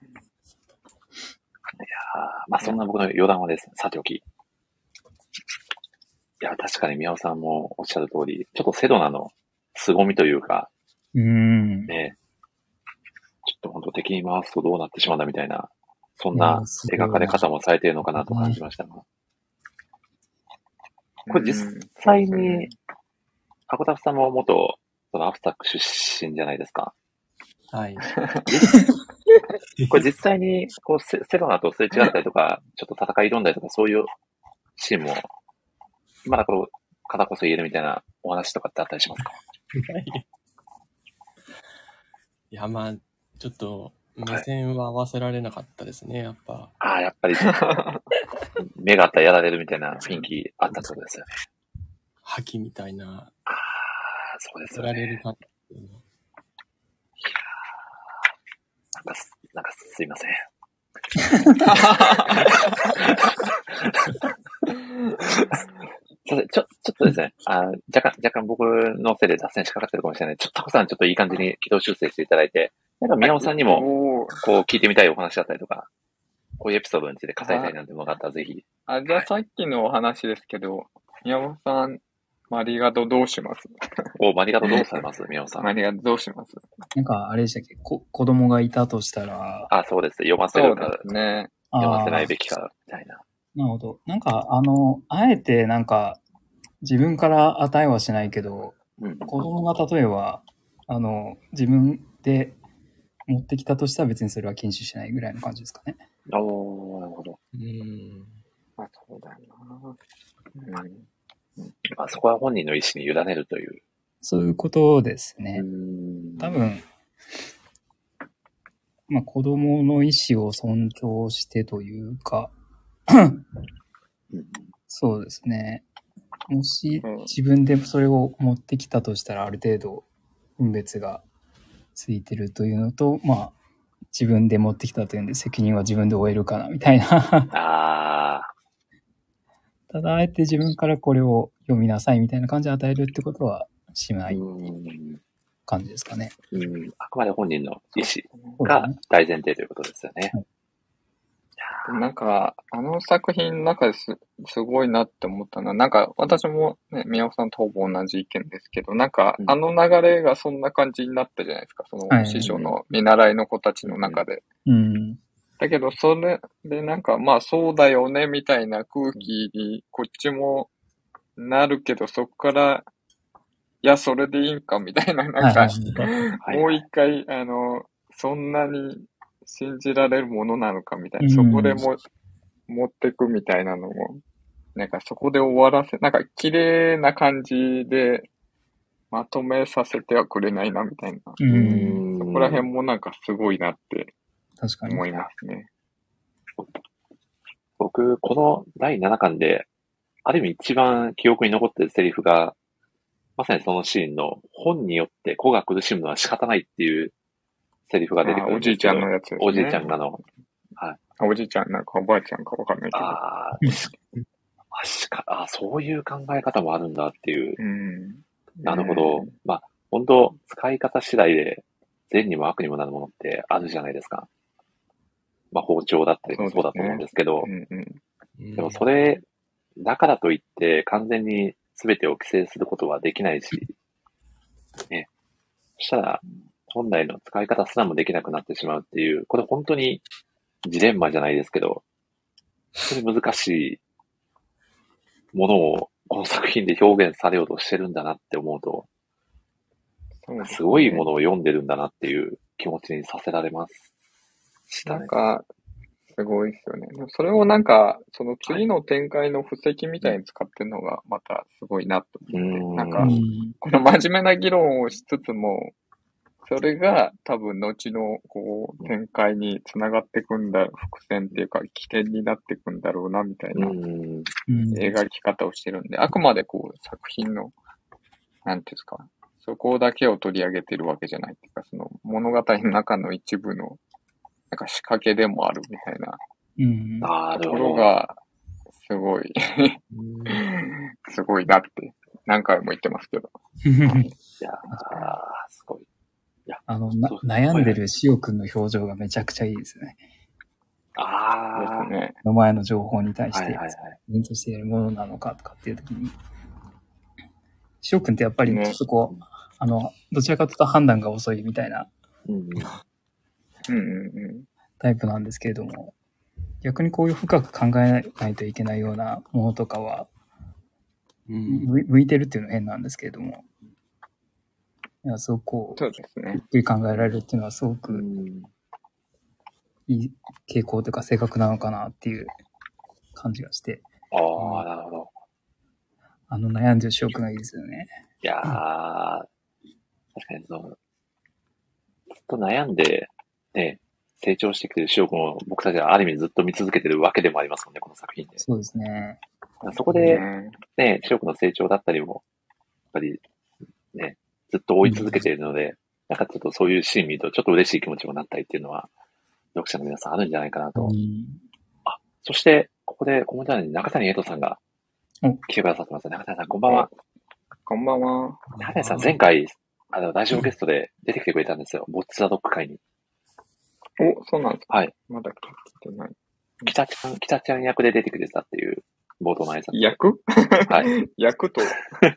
やまあそんな僕の余談はですね、さておき。いや、確かに宮尾さんもおっしゃる通り、ちょっとセドナの凄みというか、 うーん。 ね、ちょっと本当敵に回すとどうなってしまうんだみたいな、そんな描かれ方もされているのかなと感じましたが。これ実際に、箱田さんも元、そのアフタック出身じゃないですか。 はい。 これ実際に、こうセ、セロナとすれ違ったりとか、ちょっと戦い挑んだりとか、そういうシーンも、今だから方こそ言えるみたいなお話とかってあったりしますか？ いや、まあ、ちょっと、目線は合わせられなかったですね、やっぱ。 ああ、やっぱり、目があったらやられるみたいな雰囲気あったってことですよね。 覇気みたいな。 ああ、そうですよね。 やられるかっていうの。 いやなんかす、なんかすいません。ちょ、ちょっとですね、あ若干、若干僕のせいで脱線しかかってるかもしれない。ちょっとタコさんちょっといい感じに軌道修正していただいて、なんか宮尾さんにも、こう聞いてみたいお話だったりとか、こういうエピソードについて語りたいなんてものがあったらぜひ。 あ、じゃあさっきのお話ですけど、宮尾さん、マリガドどうします？ お、マリガドどうされます宮尾さん。 マリガドどうします？ なんか、あれでしたっけ、こ子供がいたとしたら。 あ、そうです。読ませるか、 ね、 読ませないべきか、みたいな。 なるほど。なんか、あの、あえてなんか、自分から与えはしないけど、うん、子供が例えば、あの、自分で持ってきたとしたら別にそれは禁止しないぐらいの感じですかね。 おー、なるほど。 うん。まあ、そうだよな。うん。 まあ、そこは本人の意思に委ねるという。 そういうことですね。多分、まあ、子供の意思を尊重してというか、そうですね。もし自分でそれを持ってきたとしたらある程度分別がついてるというのと、まあ自分で持ってきたというんで責任は自分で負えるかなみたいな。 あただあえて自分からこれを読みなさいみたいな感じで与えるってことはしない感じですかね。 うん、あくまで本人の意思が大前提ということですよね。はい、 なんか、あの作品の中です、すごいなって思ったのは、なんか、私もね、宮尾さんとほぼ同じ意見ですけど、なんか、あの流れがそんな感じになったじゃないですか、その師匠の見習いの子たちの中で。 うん。 だけど、それでなんか、まあ、そうだよね、みたいな空気に、こっちもなるけど、そこから、いや、それでいいんか、みたいな、なんか、もう一回、あの、そんなに、信じられるものなのかみたいな、そこでも持ってくみたいなのも、なんかそこで終わらせ、なんか綺麗な感じでまとめさせてはくれないなみたいな。 うん。 そこら辺もなんかすごいなって思いますね。 僕、このだいななかんで、ある意味一番記憶に残ってるセリフが、まさにそのシーンの本によって子が苦しむのは仕方ないっていうセリフが出てくるんですけど。 おじいちゃんのやつですね。 おじいちゃんがの。はい。 おじいちゃんなんかおばあちゃんかわかんないけど。 ああ、しか、あそういう考え方もあるんだっていう。 うん、 なるほど。うん、まあ、本当使い方次第で善にも悪にもなるものってあるじゃないですか。まあ、包丁だったりもそうだと思うんですけど。 うんうん、 でもそれ、だからといって完全に全てを規制することはできないし、ね。そしたら、本来の使い方すらもできなくなってしまうっていう、これ本当にジレンマじゃないですけど、本当に難しいものをこの作品で表現されようとしてるんだなって思うと、すごいものを読んでるんだなっていう気持ちにさせられます。 なんか、すごいですよね。それをなんか、その次の展開の布石みたいに使ってるのがまたすごいなと思って、なんか、この真面目な議論をしつつも、それが多分後のこう展開につながっていくんだ、伏線っていうか起点になっていくんだろうなみたいな描き方をしてるんで、あくまでこう作品の、なんていうんですか、そこだけを取り上げてるわけじゃないっていうか、その物語の中の一部のなんか仕掛けでもあるみたいな、 うん、 ところが、すごいすごいなって何回も言ってますけど。 いやー、すごい。 いやあのな悩んでるしおくんの表情がめちゃくちゃいいですね。 ああ。 ね。 の前の情報に対して、 はいはいはい、 認知しているものなのかとかっていうときに、しおくんってやっぱりちょっとこう、ね、あの、どちらかというと判断が遅いみたいな、タイプなんですけれども、逆にこういう深く考えないといけないようなものとかは、うん、向いてるっていうのは変なんですけれども、いやすごくこう、 そうですね。 ゆっくり考えられるっていうのはすごくいい傾向というか性格なのかなっていう感じがして。 ああ、うん、なるほど。 あの悩んでる翔くんがいいですよね。 いやー、確かにその、ずっと悩んで、ね、成長してきてる翔くんを僕たちはある意味ずっと見続けてるわけでもありますもんね、この作品で。 そうですね。 そこで、ね、翔くんの成長だったりも、やっぱり、ね、ずっと追い続けているので、うん、なんかちょっとそういうシーン見るとちょっと嬉しい気持ちもなったりっていうのは、読者の皆さんあるんじゃないかなと。うん、あ、そして、ここでコメント欄に中谷エイトさんが来てくださってます。中谷さん、こんばんは。 こんばんは。 中谷さん、前回、あの、ラジオゲストで出てきてくれたんですよ。ボッツ・ザ・ドッグ会に。 お、そうなんですか。 はい。 まだ聞いてない。 北ちゃん、北ちゃん役で出てくれたっていう、冒頭の挨拶。 役はい。 役と。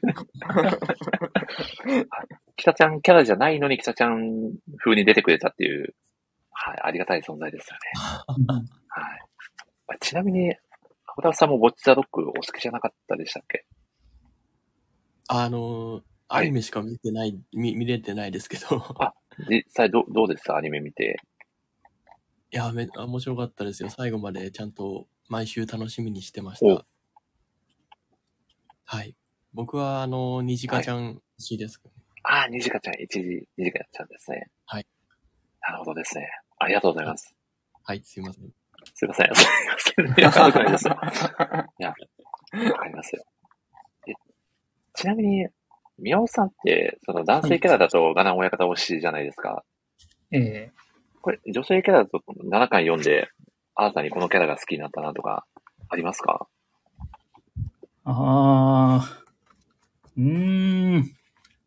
北ちゃんキャラじゃないのに北ちゃん風に出てくれたっていう、はい、ありがたい存在ですよね。はい。ちなみに、小田さんもボッチザドッグお好きじゃなかったでしたっけ？ あの、アニメしか見てない、はい、見、見れてないですけど。 あ、実際ど、どうですか？アニメ見て。 いや、め、面白かったですよ。最後までちゃんと毎週楽しみにしてました。はい。僕は、あの、にじかちゃん推しです。 はい、ああ、にじかちゃん、一時、にじかちゃんですね。 はい。 なるほどですね。ありがとうございます。 はい、はい、すいません。 すいません。すいません。わかるくないですよ。いや、わかりますよ。え、ちなみに、宮尾さんって、その男性キャラだとガナン親方推しじゃないですか。 ええ。 これ、女性キャラだとななかん読んで、新たにこのキャラが好きになったなとか、ありますか？ ああ、うーん。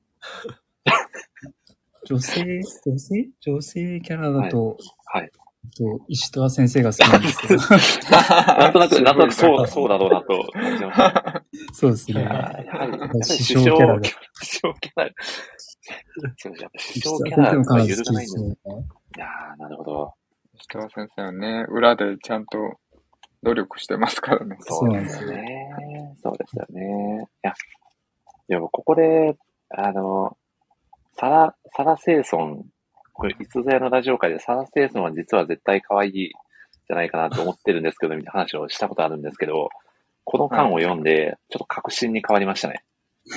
女性、女性女性キャラだと、 はい。はい、 と石川先生が好きなんですけど。 なんとなく、なんとなくそう、そうだろうなと感じました。 そうですね。 やはり、 師匠キャラで。 師匠キャラ。そうやっぱ師匠キャラは揺るがないんですね。いやー、なるほど。 石川先生はね、裏でちゃんと努力してますからね。 そうですよね。そうですよね。いや、でもここで、あの、サラ、サラ・セイソン、これ、いつぞやのラジオ界でサラ・セイソンは実は絶対可愛いじゃないかなと思ってるんですけど、みたいな話をしたことあるんですけど、この巻を読んで、ちょっと確信に変わりましたね。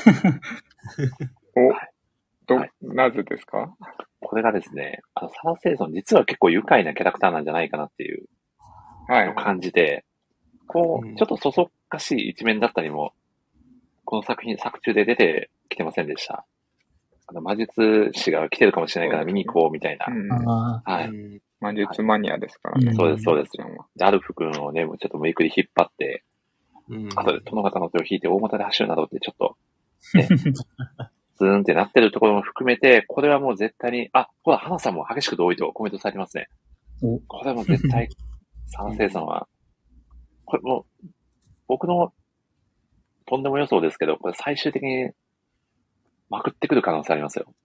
お、はい、ど、はい、なぜですか？ これがですね、あの、サラ・セイソン実は結構愉快なキャラクターなんじゃないかなっていう、はい、感じで、こう、ちょっとそそっかしい一面だったりも、この作品、作中で出てきてませんでした。あの魔術師が来てるかもしれないから見に行こうみたいな。 うん、 はい。 魔術マニアですからね。 そうです、そうです。で、アルフ君をね、ちょっと無理くり引っ張って、うん、後で殿方の手を引いて大股で走るなどってちょっと、ね、ズーンってなってるところも含めて、これはもう絶対に、あ、ほら、花さんも激しく同意とコメントされてますね。これはもう絶対、サナセイさんは、これもう、僕のとんでも予想ですけど、これ最終的にまくってくる可能性ありますよ。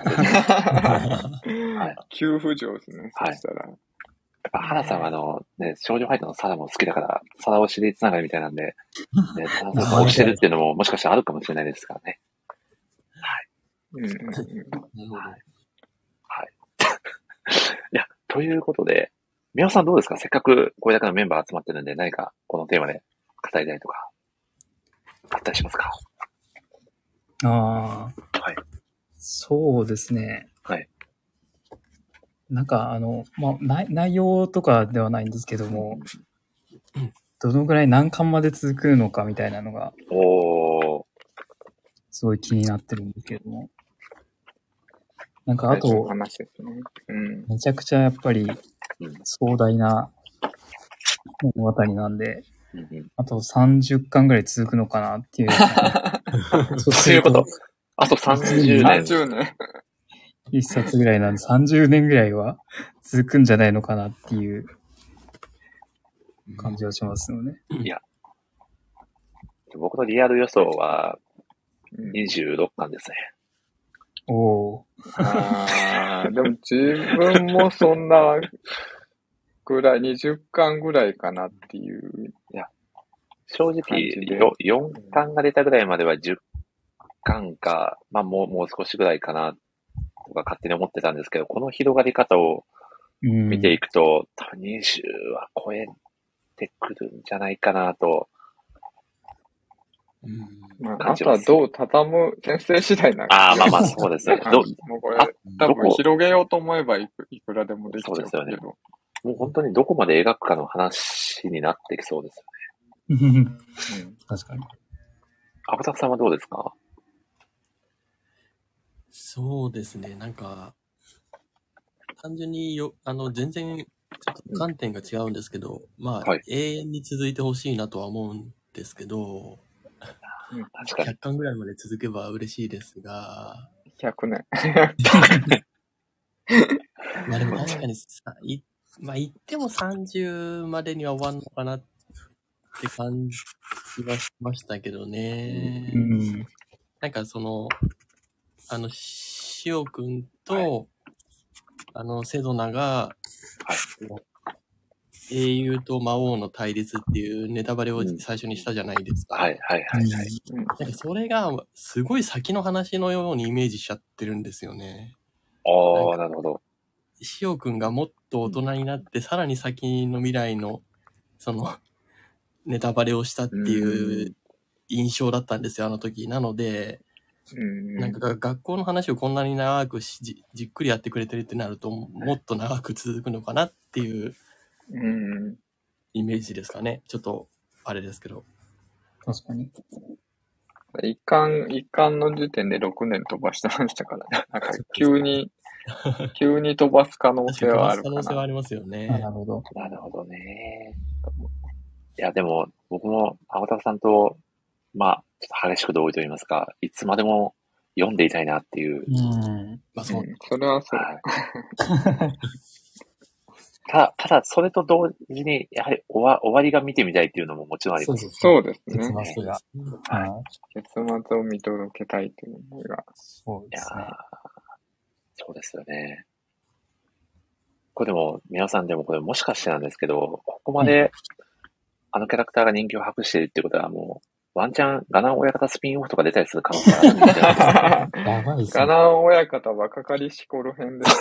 はい、急浮上ですね。はい。そしたら。 やっぱ、花さんはあの、ね、少女ファイトのサラも好きだから、サラを知りつながりみたいなんで、ね、サラさんをしてるっていうのももしかしたらあるかもしれないですからね。はい。うんうんうん。はい。はい。いや、ということで、宮尾さんどうですか？せっかくこれだけのメンバー集まってるんで、何かこのテーマで語りたいとか、あったりしますか？ ああ。はい。そうですね。 はい。 なんか、あの、まあ、内、内容とかではないんですけども、どのぐらい何巻まで続くのかみたいなのが、 おー。 すごい気になってるんですけども。なんか、あと、 話ですね。うん、 めちゃくちゃやっぱり壮大な物語なんで、うんうん、あとさんじゅっかんぐらい続くのかなっていう。 そういうこと。あとさんじゅうねん。 さんじゅうねん。 一冊ぐらいなんでさんじゅうねんぐらいは続くんじゃないのかなっていう感じはしますよね。 いや。僕のリアル予想はにじゅうろっかんですね。 おー。 あー、でも自分もそんなぐらい、にじゅっかんぐらいかなっていう。 いや、正直、よんかんが出たぐらいまではじゅっかんか、まあもう、もう少しぐらいかな、とか勝手に思ってたんですけど、この広がり方を見ていくと、多分にじゅうは超えてくるんじゃないかなと。 うんまあ、あとはどう畳む先生次第なんですああ、まあまあ、そうですよね。どもうこれ、多分広げようと思えばいくいくらでもできちゃうけど。そうですよね。 もう本当にどこまで描くかの話になってきそうですよね。うん、確かに。 アボタクさんはどうですか？ そうですね、なんか、単純によ、あの、全然、ちょっと観点が違うんですけど、うん、まあ、はい、永遠に続いてほしいなとは思うんですけど、 うん、確かに。 ひゃっかんぐらいまで続けば嬉しいですが。 ひゃくねん。 まあでも確かにさ、い、まあ言ってもさんじゅうまでには終わんのかなって感じはしましたけどね。うん、なんかその、あの、しおくんと、はい、あの、セドナが、はい、英雄と魔王の対立っていうネタバレを最初にしたじゃないですか。 うん、はいはいはいはい。 なんかそれがすごい先の話のようにイメージしちゃってるんですよね。 ああ、なるほど。 しおくんがもっと大人になって、うん、さらに先の未来の、その、ネタバレをしたっていう印象だったんですよ、あの時。なので、うんなんか学校の話をこんなに長くし じ, じっくりやってくれてるってなると、もっと長く続くのかなっていうイメージですかね。ちょっと、あれですけど。 確かに。 一巻、一巻の時点でろくねん飛ばしてましたからね。なんか急に、急に飛ばす可能性はあるかな。 飛ばす可能性はありますよね。 なるほど。 なるほどね。いや、でも、僕も、青田さんと、まあ、ちょっと激しく同意と言いますか、いつまでも読んでいたいなっていう。 うん。 まあ、そう、うん、それはそう。はい、 ただ、ただ、それと同時に、やはり終わ、終わりが見てみたいっていうのももちろんあります。 そうですね。 結末が。 はい。結末を見届けたいという思いが。 そうですね。 そうですよね。これでも、皆さんでもこれもしかしてなんですけど、ここまで、うん、あのキャラクターが人気を博しているってことはもう、ワンチャン、ガナン親方スピンオフとか出たりする可能性あるんじゃないですか。 やばいっすね。ガナン親方若かりし頃編です。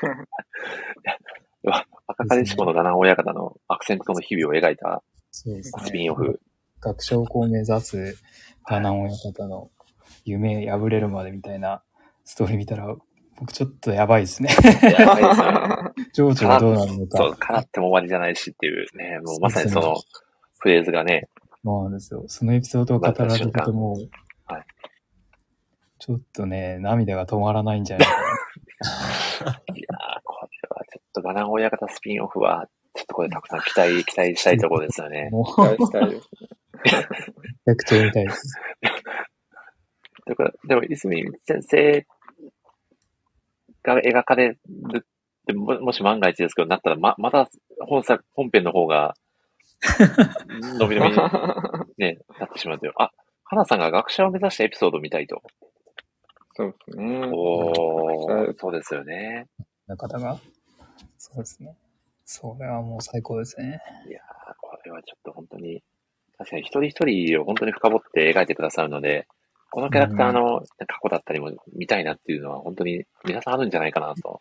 若かりし頃のガナン親方の悪戦苦闘の日々を描いたスピンオフ。 学長校を目指すガナン親方の夢破れるまでみたいなストーリー見たら、僕ちょっとやばいですね。 やばいですね。 情緒がどうなるのか。 そう、叶っても終わりじゃないしっていうね、もうまさにそのフレーズがね。 そうなんですよ。そのエピソードを語られるともう、はい、ちょっとね、涙が止まらないんじゃないかな。 いやー、これはちょっとガナン親方スピンオフは、ちょっとこれたくさん期待、期待したいところですよね。 もう、期待したいですね。めちゃくちゃ見たいです。 だから、でも、泉先生が描かれるっても、もし万が一ですけど、なったら、ま、また本作、本編の方が、伸び伸びに、ね、なってしまうという。あ、花さんが学者を目指したエピソードを見たいと。 そうですね。 おー、そうですよね。 の方が、そうですね。それはもう最高ですね。 いやー、これはちょっと本当に、確かに一人一人を本当に深掘って描いてくださるので、このキャラクターの過去だったりも見たいなっていうのは本当に皆さんあるんじゃないかなと。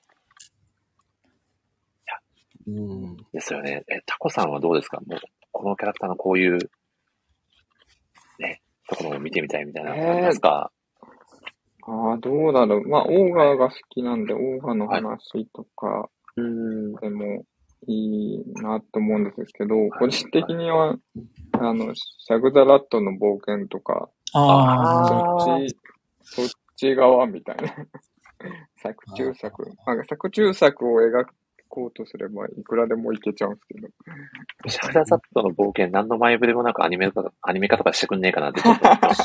いや、うん。ですよね。え、タコさんはどうですか？もう、このキャラクターのこういう、ね、ところを見てみたいみたいなのありますか？ えー、ああ、どうだろう。まあ、オーガーが好きなんで、オーガーの話とかでもいいなと思うんですけど、はい、個人的には、はい、あの、シャグ・ザ・ラットの冒険とか、 あそっち、そっち側みたいな。作中作。なんか作中作を描こうとすればいくらでもいけちゃうんですけど。 シャグ・ザ・ラットの冒険、何の前触れもなくアニメとか、アニメ化とかしてくんねえかなってちょっと思ってます。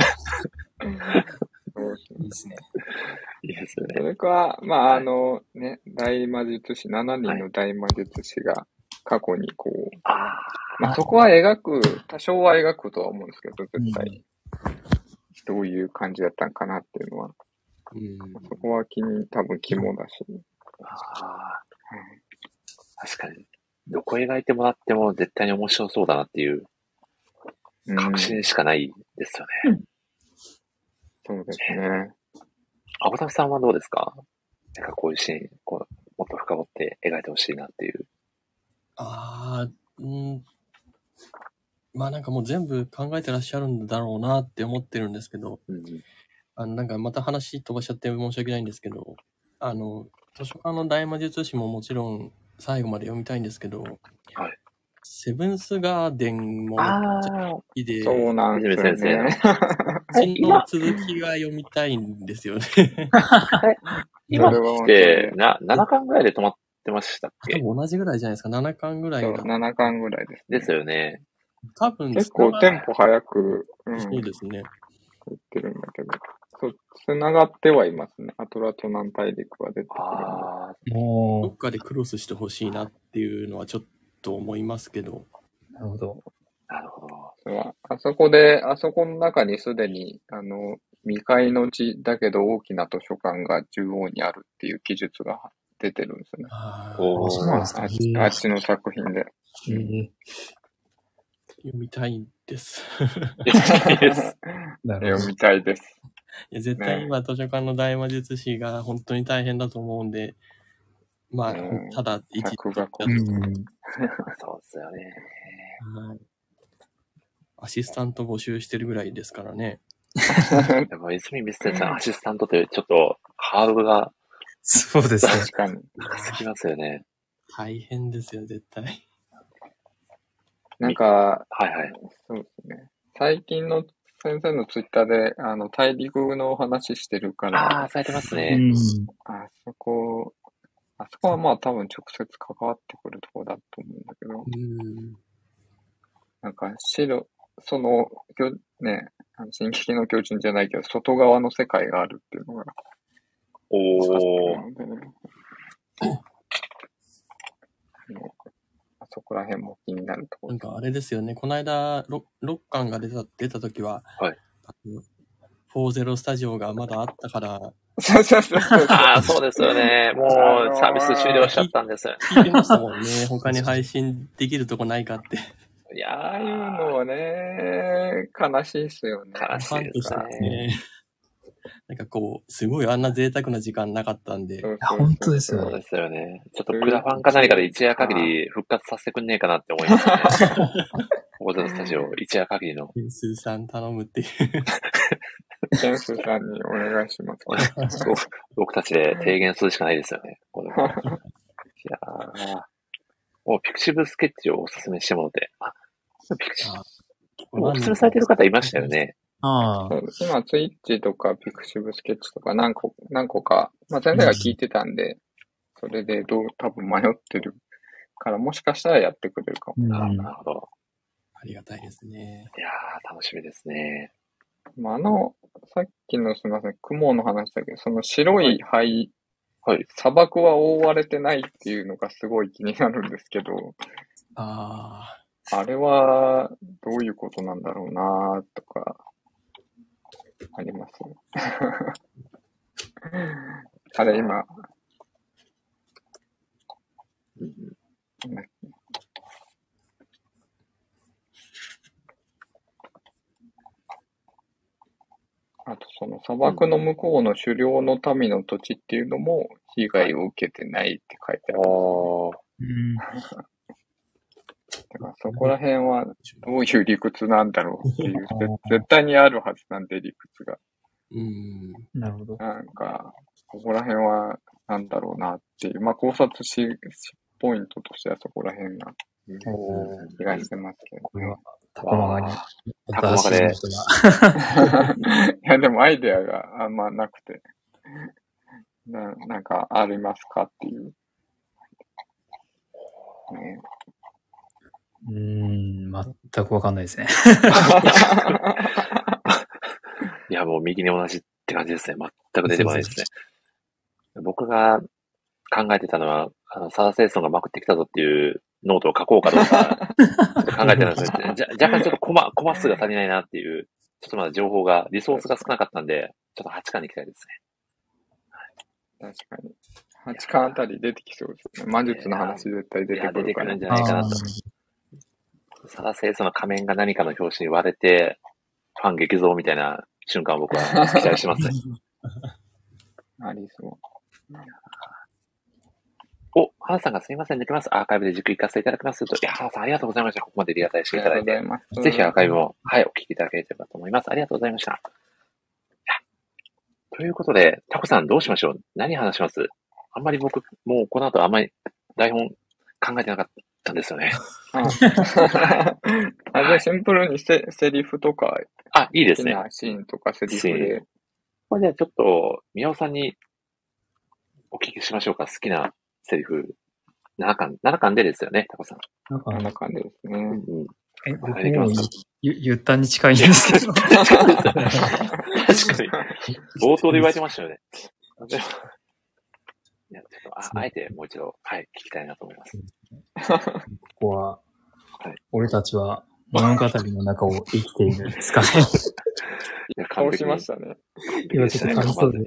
いいですね。 いいですよね。 それか、まあ、あの、ね、大魔術師、しちにんの大魔術師が過去にこう、 はい、 まあそこは描く、多少は描くとは思うんですけど、絶対。どういう感じだったんかなっていうのは。うん、そこは気に、多分肝だし。 ああ、うん、確かに。どこ描いてもらっても絶対に面白そうだなっていう確信しかないですよね。 うん、そうですね。 アボタフさんはどうですか？なんかこういうシーン、こうもっと深掘って描いてほしいなっていう。 ああ、うん。まあなんかもう全部考えてらっしゃるんだろうなって思ってるんですけど、 うん、 あのなんかまた話飛ばしちゃって申し訳ないんですけど、あの、図書館の大魔術師ももちろん最後まで読みたいんですけど、はい。セブンスガーデンもめっちゃ好きで、 そうなんですよね。 その続きが読みたいんですよね。 今ってなななかんぐらいで止まってましたっけ？ 多分同じぐらいじゃないですか。ななかんぐらいだ。 そう、ななかんぐらいです、 ね。ですよね。 多分結構テンポ早く、 うん、そうですね。 言ってるんだけど。そう、繋がってはいますね。アトラトナン大陸は出てくるあどっかでクロスしてほしいなっていうのはちょっと思いますけど。 なるほど。 なるほど。 そうあそこで、あそこの中にすでに、あの、未開の地だけど大きな図書館が中央にあるっていう記述が出てるんですね。 ああ、そうなんですか。 あっち、あっちの作品で。 えー、 読みたいんです。 読みたいです。 読みたいです。 いや絶対今、図書館の大魔術師が本当に大変だと思うんで、まあ、ただ一時がそうですよね。 はい。アシスタント募集してるぐらいですからね。 でも、泉水谷さん、アシスタントってちょっとハードルが。 そうですね。 確かに。 高すぎますよね。 大変ですよ、絶対。 なんか、 はいはい。 そうですね。最近の先生のツイッターで、あの、大陸の話してるから。 ああ、されてますね。 うん、 あそこ、あそこはまあ多分直接関わってくるところだと思うんだけど。 うんなんか、白、その、ね、進撃の巨人じゃないけど、外側の世界があるっていうのが。 おー。 あそこら辺も気になるところ。 なんかあれですよね、この間、ろっかんが出た、出た時は、 はい。 フォーゼロスタジオがまだあったから、 そうそうそうそう。 ああ、そうですよね。もう、サービス終了しちゃったんですよ。 聞いてましたもんね。他に配信できるとこないかって。 いやああいうのはね、悲しいっすよね。 悲しいですね。 なんかこう、すごいあんな贅沢な時間なかったんで。 そうそう本当ですよね。 そうですよね。ちょっとクラファンか何かで一夜限り復活させてくんねえかなって思いましたね。フォーゼロスタジオ、一夜限りの。 ケンスーさん頼むっていう。 ケンスーさんにお願いします。 僕たちで提言するしかないですよね。これいやー、もうピクシブスケッチをおすすめしてもらって。あ、ピクシブ、おすすめされてる方いましたよね。 ああ。 今、ツイッチとかピクシブスケッチとか何個、何個か、まあ先生が聞いてたんで、うん、それでどう、多分迷ってるから、もしかしたらやってくれるかも。 うん、なるほど。 ありがたいですね。 いやー、楽しみですね。 まあ、あの、さっきのすみません、雲の話だけど、その白い灰、 はい、 砂漠は覆われてないっていうのがすごい気になるんですけど、 ああれはどういうことなんだろうなとか、ありますあれ今、 うん、 あとその砂漠の向こうの狩猟の民の土地っていうのも被害を受けてないって書いてあるんですよね。だからそこら辺はどういう理屈なんだろうっていう、絶対にあるはずなんで理屈が。 うん。 なるほど。 なんか、ここら辺はなんだろうなっていう、まあ考察し、ポイントとしてはそこら辺が気がしてますけど、ね。 これはタコマガに。 タコマガで。 いやでもアイデアがあんまなくて、な, なんかありますかっていう。ね、 うーん、全くわかんないですね。 いや、もう右に同じって感じですね。全く出てこないですね。僕が考えてたのは、あの、サーセイソンがまくってきたぞっていうノートを書こうかどうか、ちょっと考えてたんですけど、じゃ若干ちょっとコマ、コマ数が足りないなっていう、ちょっとまだ情報が、リソースが少なかったんで、ちょっとはちかんに行きたいですね。確かに。はちかんあたり出てきそうですね。魔術の話絶対出てくるから。 いや、出てくるんじゃないかなと。サラセイソンの仮面が何かの表紙に割れて、ファン激増みたいな瞬間を僕は期待してますね。 ありそう。 お、花さんがすみません、抜けます。アーカイブでじっくり聞かせていただきますと、いや、花さんありがとうございました。ここまでリアタイしていただいて。ぜひアーカイブも、はい、お聞きいただければと思います。ありがとうございました。ということで、タコさんどうしましょう？何話します？あんまり僕、もうこの後あんまり台本考えてなかったんですよね。 ああじゃあシンプルにセセリフとか、 あ、いいですね。 好きなシーンとかセリフで。 これじゃあちょっと、宮尾さんにお聞きしましょうか。好きなセリフ。ななかん、ななかんでですよね、タコさん。 なんか、 こんな感じですね。 うん。 え、僕もゆ言ったに近いんですけど。 確かに。冒頭で言われてましたよね。いや、ちょっと、あ、あえてもう一度、はい、聞きたいなと思います。 ここは、 はい、 俺たちは物語の中を生きているんですかね。 いや、顔しましたね。 今ちょっと感想で。 い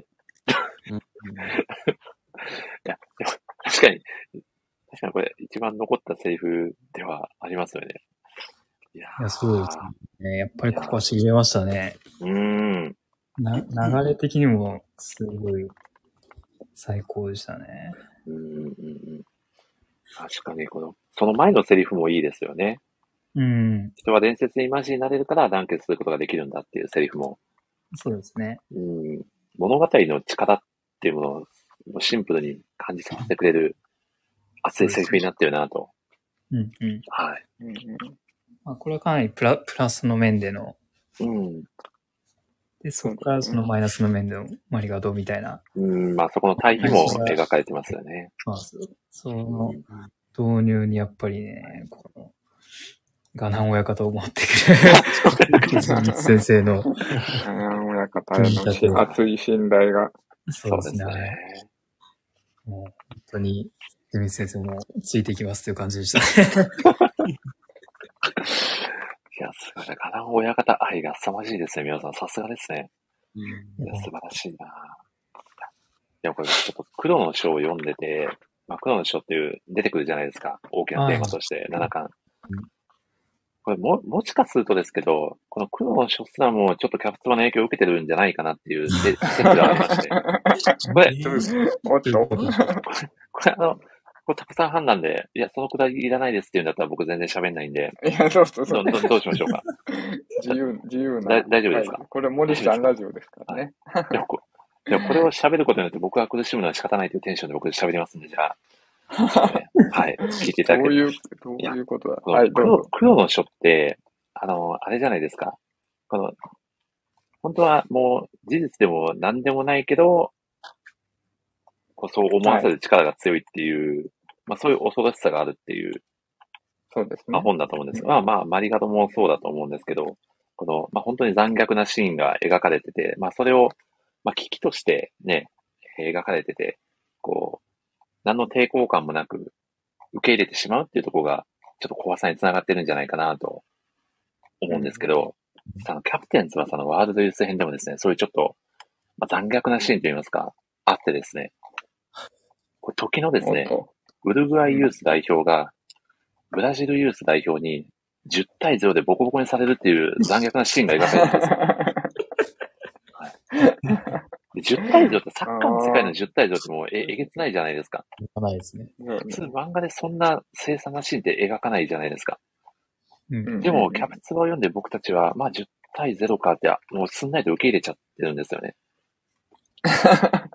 や、でも、確かに、確かにこれ一番残ったセリフではありますよね。いや、 いやそうですね。やっぱりここは痺れましたね。 うーん。 な、流れ的にもすごい最高でしたね。 うんうんうん。確かにこの、その前のセリフもいいですよね。 うん。 人は伝説にマジになれるから団結することができるんだっていうセリフも。 そうですね。 うん。物語の力っていうものをシンプルに感じさせてくれる熱いセリフになってるなと。 うんうん。 はい。 うんうんまあ、これはかなりプラ、プラスの面での。 うん。 で、そこからそのマイナスの面でのマリガドみたいな。 うん、まあそこの対比も描かれてますよね。 まあ、その導入にやっぱりね、この、ガナン親方を持ってくる先生の。 ガナン親方への熱い信頼が。 そうですね。もう本当に、デミ先生もついていきますという感じでしたね。 いや、すごい。ガナン親方愛が凄まじいですね、皆さん。さすがですね。 うん、 いや、素晴らしいな。いや、これちょっと黒の書を読んでて、まあ、黒の書っていう出てくるじゃないですか。大きなテーマとして、ななかん。これも、もしかするとですけど、この黒の書すらもちょっとキャプツバの影響を受けてるんじゃないかなっていう説がありまして。これ、 おっと。 これあの、これたくさん判断で、いや、そのくだりいらないですっていうんだったら僕全然喋んないんで。 いや、そうそうそう。 ど、ど、どうしましょうか。 自由、自由な。 大丈夫ですか、 はい、これ森さんラジオですからね。 はい、でもこでもこれを喋ることによって僕が苦しむのは仕方ないというテンションで僕喋りますんで、じゃあ。はい。聞いていただける。 どういう、どういうことだ。 はい、黒、黒の書って、あの、あれじゃないですか。この、本当はもう事実でも何でもないけど、こうそう思わせる力が強いっていう、はい、まあそういう恐ろしさがあるっていう、 そうですね。 まあ本だと思うんですが、まあまあマリガドもそうだと思うんですけど、この、まあ本当に残虐なシーンが描かれてて、まあそれを、まあ危機としてね、描かれてて、こう、何の抵抗感もなく受け入れてしまうっていうところが、ちょっと怖さにつながってるんじゃないかなと思うんですけど、うん、あのキャプテン翼のワールドユース編でもですね、そういうちょっと、まあ、残虐なシーンといいますか、あってですね、これ時のですね、ウルグアイユース代表が、ブラジルユース代表にじゅうたいゼロでボコボコにされるっていう残虐なシーンが描かれるんですよ。はい、じゅうたいゼロってサッカーの世界のじゅうたいゼロってもうええげつないじゃないですか。 ないですね。 普通漫画でそんな凄惨なシーンって描かないじゃないですか。 うん、 でも、キャプツバを読んで僕たちは、まあじゅうたいゼロかって、もうすんないと受け入れちゃってるんですよね。だから、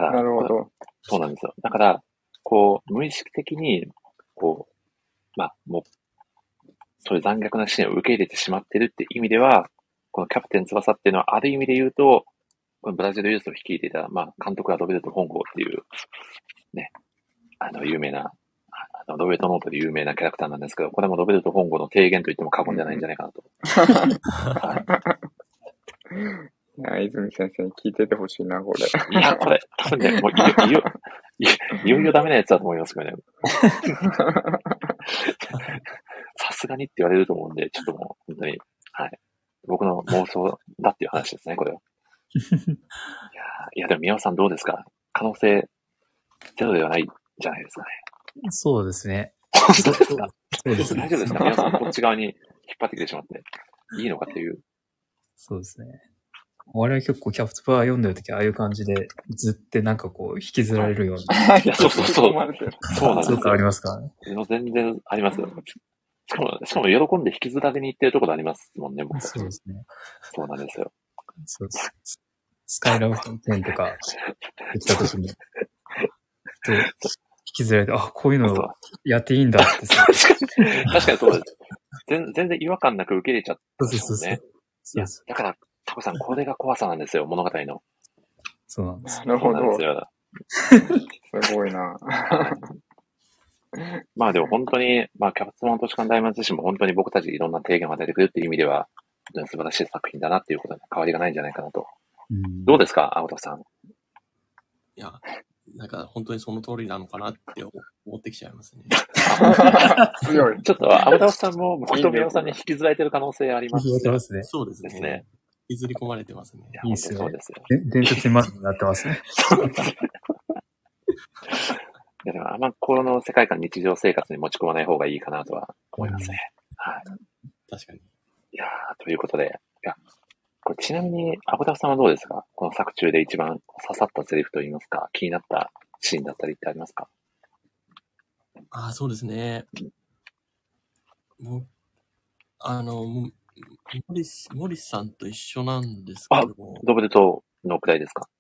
なるほど。 そうなんですよ。だから、こう、無意識的に、こう、まあ、もう、そういう残虐なシーンを受け入れてしまってるって意味では、このキャプテン翼っていうのは、ある意味で言うと、このブラジルユースを率いていた、まあ、監督はロベルト・本郷っていう、ね、あの、有名な、あのロベルト・ノートで有名なキャラクターなんですけど、これもロベルト・本郷の提言と言っても過言じゃないんじゃないかなと。 いや、泉先生に聞いててほしいな、これ。 いや、これ、多分ね、もういよ、いよ、いよいよダメなやつだと思いますけどね。さすがにって言われると思うんで、ちょっともう、本当に、はい。僕の妄想だっていう話ですね、これは。いや、いやでも宮尾さんどうですか？可能性ゼロではないじゃないですかね。 そうですね。 そうですか。 そうですね。 大丈夫ですか？宮尾さんこっち側に引っ張ってきてしまっていいのかっていう。 そうですね。 我々結構キャプツバー読んでるときああいう感じで、ずってなんかこう、引きずられるような。 いや、そうそうそう。そうなんですよ。 そうかありますからね。 全然ありますよ。しかも、しかも喜んで引きずられに行ってるところありますもんね、僕たち。 そうですね。 そうなんですよ。 そうです。スカイラブテンとか、できたときに、と引きずられて、あ、こういうのやっていいんだってさ。 確かにそうです。全全然違和感なく受け入れちゃったんですもんね。いや、だから、タコさん、これが怖さなんですよ、物語の。 そうなんです。 なるほど。すごいな。 まあでも本当に、まあキャプツバー図書館大魔自身も本当に僕たちいろんな提言を与えてくれるっていう意味では、本当に素晴らしい作品だなっていうことに変わりがないんじゃないかなと。うん、どうですか、青田さん。 いや、なんか本当にその通りなのかなって思ってきちゃいますね。 強い。ちょっと青田さんも僕と宮尾さんに引きずられてる可能性ありますね。 引きずられてますね。 そうですね。 ですね。 引きずり込まれてますね。 いや、いいですよ。そうですよ。 伝説にまずなってますね。そうですね。 いやでもあんまこの世界観日常生活に持ち込まない方がいいかなとは思いますね。うん、はい。 確かに。 いやー、ということで、いや、これちなみに、アボタフさんはどうですか？この作中で一番刺さったセリフといいますか、気になったシーンだったりってありますか？ ああ、そうですね。もう、あの、モリス、モリスさんと一緒なんですけども。 あ、ドブルトのくらいですか？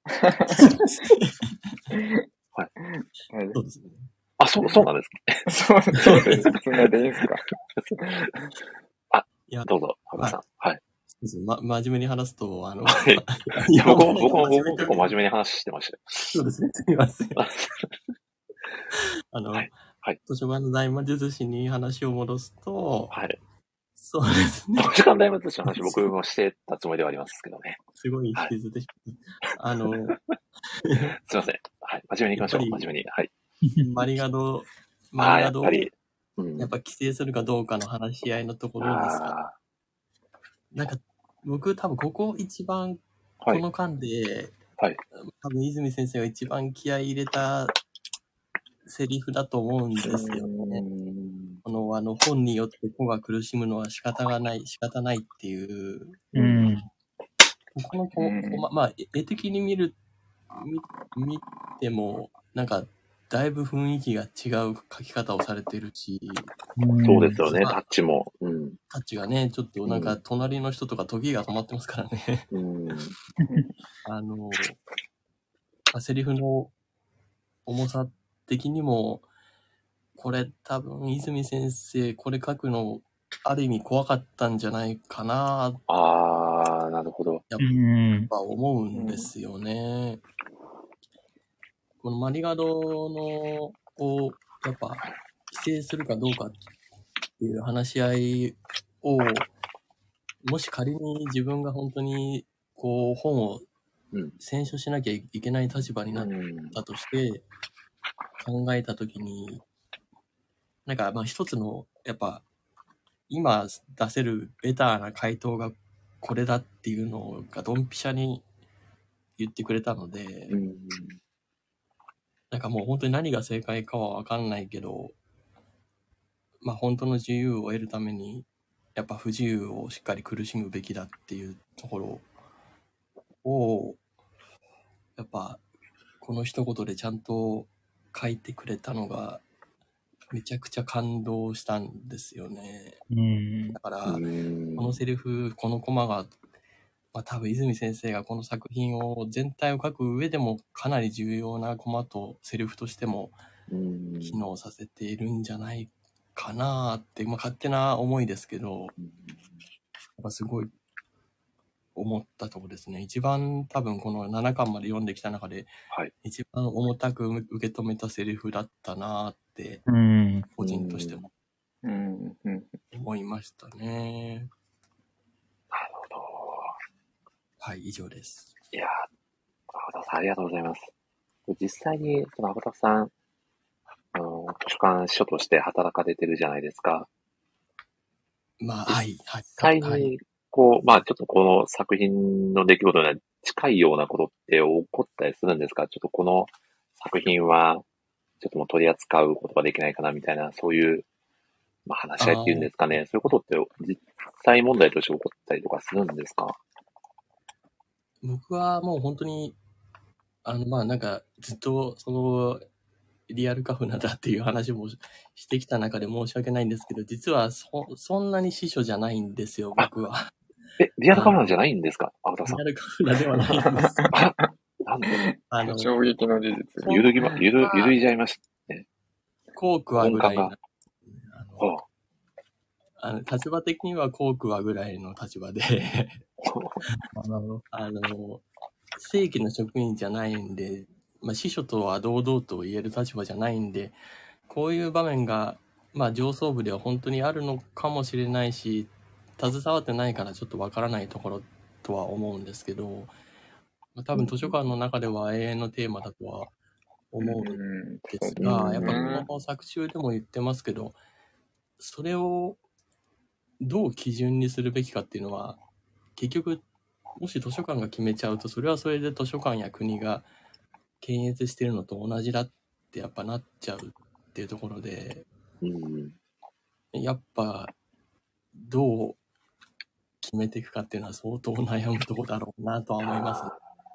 はい。 そうですね。 あ、そう、そうなんですか。そう、そうです。そんなでいいですか？ あ、いや、どうぞ、アボタさん。はい。 ま、真面目に話すと、あの、 はい、いや僕も、僕も、僕も結構真面目に話してましたよ。 そうですね、すみません。あの、 はいはい、 図書館の大魔術師に話を戻すと、 はい。 そうですね。 図書館大魔術師の話僕もしてたつもりではありますけどね。 すごい引きずってしまう。あの、 すいません。はい。真面目に行きましょう。真面目に。はい。 マリガド、マリガドをやっぱり、 うん、 やっぱ規制するかどうかの話し合いのところですか。なんか、僕多分ここ一番、この間で、 はい、はい、 多分泉先生が一番気合い入れたセリフだと思うんですよね。この、あの、本によって子が苦しむのは仕方がない、仕方ないっていう。 うん。 この子、ま、まあ、絵的に見る、見、見ても、なんか、だいぶ雰囲気が違う描き方をされてるし。 そうですよね、タッチも。うん、 タッチがね、ちょっとなんか、隣の人とか時が止まってますからね。うん、あの、セリフの重さ的にも、これ多分、泉先生、これ書くの、ある意味怖かったんじゃないかな。 あー、なるほど。 やっぱ思うんですよね。このマリガドの、を、やっぱ、規制するかどうかっていう話し合いを、もし仮に自分が本当に、こう、本を選書しなきゃいけない立場になったとして、考えたときに、なんか、まあ一つの、やっぱ、今出せるベターな回答がこれだっていうのがドンピシャに言ってくれたので、うん、なんかもう本当に何が正解かはわかんないけど、まあ本当の自由を得るために、やっぱ不自由をしっかり苦しむべきだっていうところを、やっぱこの一言でちゃんと書いてくれたのが、めちゃくちゃ感動したんですよね。うん、だから、このセリフ、このコマが、まあ、多分泉先生がこの作品を全体を書く上でもかなり重要なコマとセリフとしても機能させているんじゃないかなって、まあ、勝手な思いですけど、やっぱすごい思ったところですね。一番多分このななかんまで読んできた中で、はい、一番重たく受け止めたセリフだったなって、うん、個人としても思いましたね。 なるほど。 はい、以上です。 いやー、アボタフさんありがとうございます。実際にそのアボタフさん、あの図書館書として働かれてるじゃないですか。 まあ、はい、はい。 実際にこう、まあちょっとこの作品の出来事に近いようなことって起こったりするんですか？ちょっとこの作品はちょっともう取り扱うことができないかなみたいな、そういう、まあ、話し合いっていうんですかね。そういうことって実際問題として起こったりとかするんですか？ 僕はもう本当に、あの、まあなんかずっとその、リアルカフナだっていう話もしてきた中で申し訳ないんですけど、実はそ、そんなに司書じゃないんですよ、僕は。 え、リアルカフナじゃないんですか、青田さん。 リアルカフナではないんです。 なんであの、 衝撃の事実。 ゆるぎま、ゆる、ゆるいじゃいましたね。 コークはぐらいな。 あのあの立場的にはコークはぐらいの立場であの正規の職員じゃないんで、まあ、司書とは堂々と言える立場じゃないんで、こういう場面が、まあ、上層部では本当にあるのかもしれないし、携わってないからちょっとわからないところとは思うんですけど、多分図書館の中では永遠のテーマだとは思うんですが、やっぱこの作中でも言ってますけど、それをどう基準にするべきかっていうのは、結局もし図書館が決めちゃうと、それはそれで図書館や国が検閲してるのと同じだってやっぱなっちゃうっていうところで、うん、やっぱどう決めていくかっていうのは相当悩むところだろうなとは思います、ね。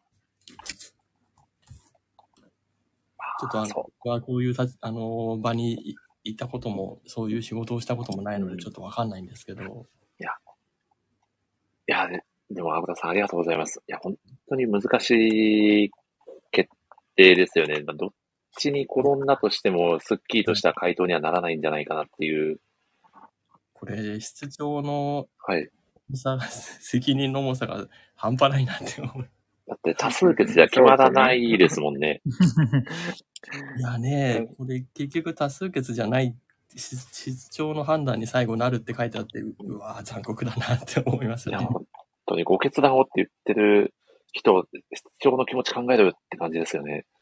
ちょっとあの僕はこういうたあの場に行ったことも、そういう仕事をしたこともないのでちょっとわかんないんですけど。 いや、いや、ね、でも、アブタさんありがとうございます。いや、本当に難しい決定ですよね。どっちに転んだとしても、スッキリとした回答にはならないんじゃないかなっていう。 これ、室長の、 はい。 責任の重さが半端ないなって思う。 だって多数決じゃ決まらないですもんね。 いやね、これ結局多数決じゃない、室長の判断に最後なるって書いてあって、うわぁ、残酷だなって思いますね。 いや、本当にご決断をって言ってる人、室長の気持ち考えろよって感じですよね。ね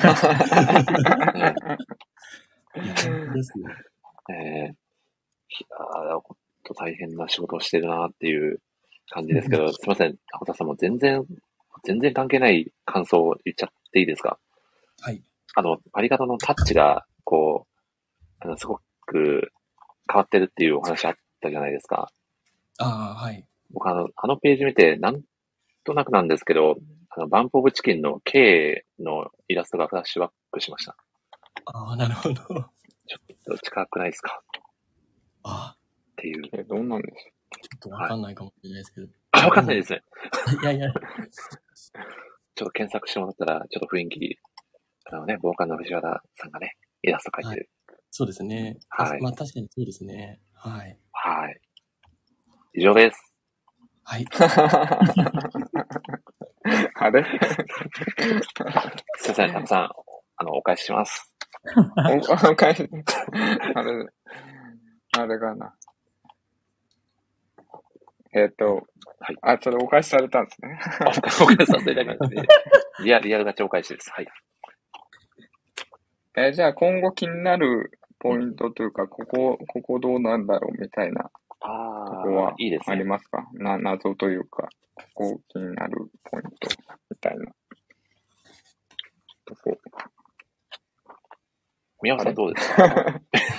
いや、本当ですよ。 えー、いや、本当大変な仕事をしてるなっていう感じですけど、すいません、箱田さんも全然、全然関係ない感想を言っちゃっていいですか？ はい。 あの、パリカドのタッチが、こう、あの、すごく変わってるっていうお話あったじゃないですか。 ああ、はい。 僕あの、あのページ見て、なんとなくなんですけど、あの、バンプオブチキンの K のイラストがフラッシュバックしました。 ああ、なるほど。 ちょっと近くないですか？ ああ。 っていう。 え、どうなんでしょうちょっとわかんないかもしれないですけど。 あ、はい、わかんないですね。 いやいや。 ちょっと検索してもらったら、ちょっと雰囲気、あのね、ボーカルの藤原さんがね、イラスト描いてる。 はい、そうですね。はい。まあ確かにそうですね。はい。 はい。以上です。 はい。 あれすいません、たくさん、あの、お返しします。 お、お返し、あれ、あれかな。えっ、ー、と、はい。あ、それお返しされたんですね。 お返しさせていただきますね。リアル、リアルガチお返しです。はい。 えー、じゃあ今後気になるポイントというか、ここ、ここどうなんだろうみたいな、 あここはあ、いいですね。 ありますか？な、謎というか、ここ気になるポイントみたいな。とこ。 宮尾さんどうですか？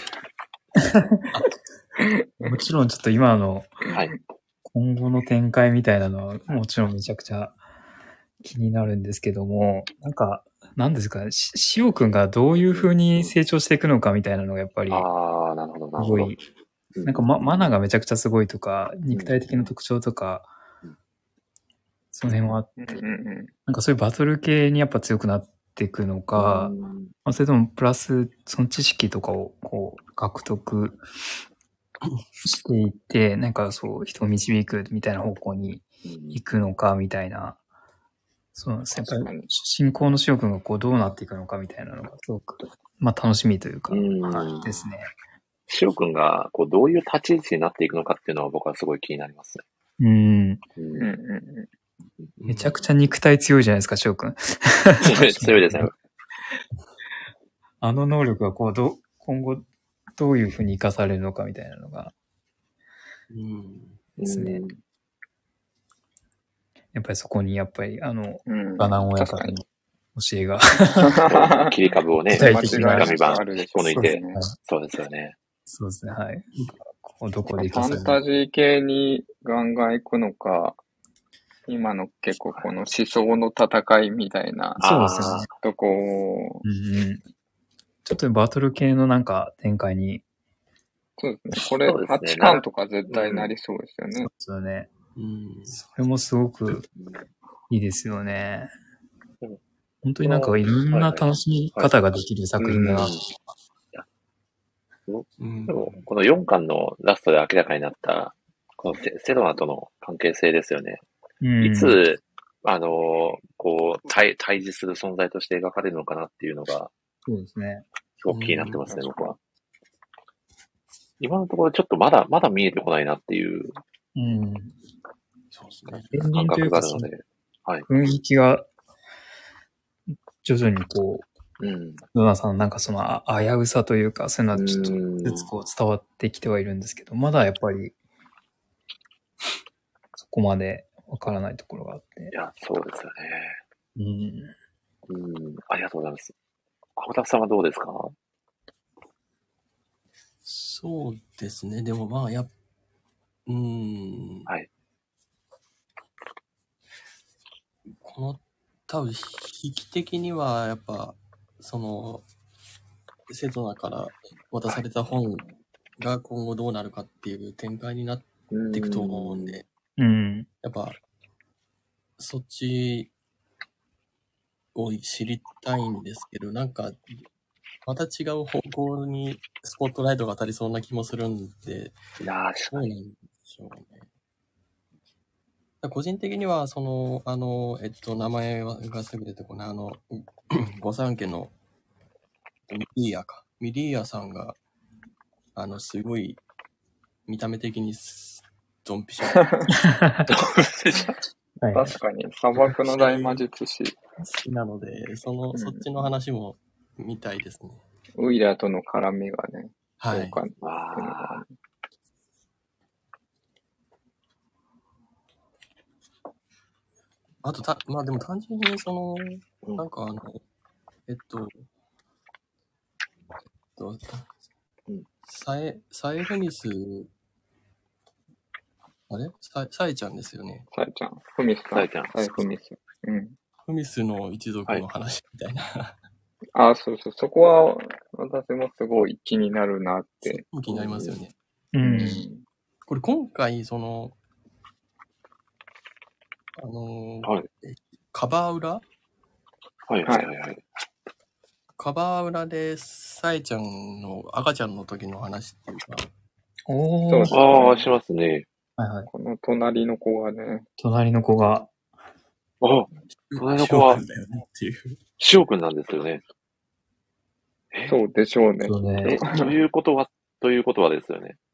もちろんちょっと今のはい。 今後の展開みたいなのはもちろんめちゃくちゃ気になるんですけども、なんか、なんですか、しおくんがどういう風に成長していくのかみたいなのがやっぱり、 ああ、なるほど、なるほど。 なんか、ま、マナーがめちゃくちゃすごいとか、肉体的な特徴とか、うん、その辺はあって、うんうん、なんかそういうバトル系にやっぱ強くなっていくのか、うん、まあ、それともプラスその知識とかをこう獲得していって、なんかそう人を導くみたいな方向に行くのかみたいな、そうですね。やっぱり進行のしおくんがこうどうなっていくのかみたいなのがすごく、まあ楽しみというか、うんですね。 しおくんがこうどういう立ち位置になっていくのかっていうのは僕はすごい気になりますね。 うん。うんうん、めちゃくちゃ肉体強いじゃないですか、しおくん。 強い、強いですね。 あの能力がこうど、今後どういうふうに生かされるのかみたいなのが、うんですね。やっぱりそこに、やっぱり、あの、バナン親方の教えが。 切り株をね、 具体的な紙板引っこ抜いて。そうですよね。 そうですね、はい。ここどこでファンタジー系にガンガン行くのか、 今の結構この思想の戦いみたいなそうですよね。 とこを、 うんうん。ちょっとバトル系のなんか展開に。 そうですね。これ、 そうですねはちかんとか絶対なりそうですよね。 そうですよね。 うん。 それもすごくいいですよね。 うん本当になんかいろんな楽しみ方ができる作品だな。 うんでも、このよんかんのラストで明らかになった、このセセドナとの関係性ですよね。 うん、 いつ、あのーこう対、対峙する存在として描かれるのかなっていうのが、 そうですね。 すごく気になってますね、僕は。今のところちょっとまだ、まだ見えてこないなっていううん。 そうですね。 エンディ感ングというか覚があるので、はい。 雰囲気が徐々にこう、 うん。 ドナさんのなんかそのあ危うさというか、そういうのはちょっとうんずつこう伝わってきてはいるんですけど、まだやっぱりそこまでわからないところがあってい。や、そうですよね。 うん。 うん。ありがとうございます。青田さんはどうですか？ そうですね。でもまあ、やっ、うーん。 はい。 この、多分、引き的には、やっぱ、その、セドナから渡された本が今後どうなるかっていう展開になっていくと思うんで、 うん。 やっぱ、そっちを知りたいんですけど、なんか、また違う方向にスポットライトが当たりそうな気もするんで、 いやー、 そうなんでしょうね。個人的には、その、あの、えっと、名前がすぐ出てこない、あの、御三家のミリーアか。ミリーアさんが、あの、すごい、見た目的にドンピシャ。 はい、 確かに、砂漠の大魔術師。 好きなので、その、 うんそっちの話も見たいですね。 ウイラとの絡みがね、 はい。 どうかっていうのあがね。 あとた、まあでも単純にその、 うんなんかあの、えっと、えっと、 うんサエ、サエフミス、あれササエちゃんですよね。 サイちゃん。フミスさん。 サイちゃんサイフミス。うん。 フミスの一族の話みたいな。 ああ、そうそう。そこは、私もすごい気になるなって。 気になりますよね。 う。 うんこれ今回、その、あのーはい。 カバー裏はいはいはいはい。 カバー裏で、サエちゃんの赤ちゃんの時の話っていうか、 おー。 そうですああ、しますね。 はいはい。 この隣の子がね、 隣の子が、 あ、隣の子は翔くんだよねっていう。 しおくんなんですよね。えそうでしょうね。 そうね。 え、ということは、ということはですよね。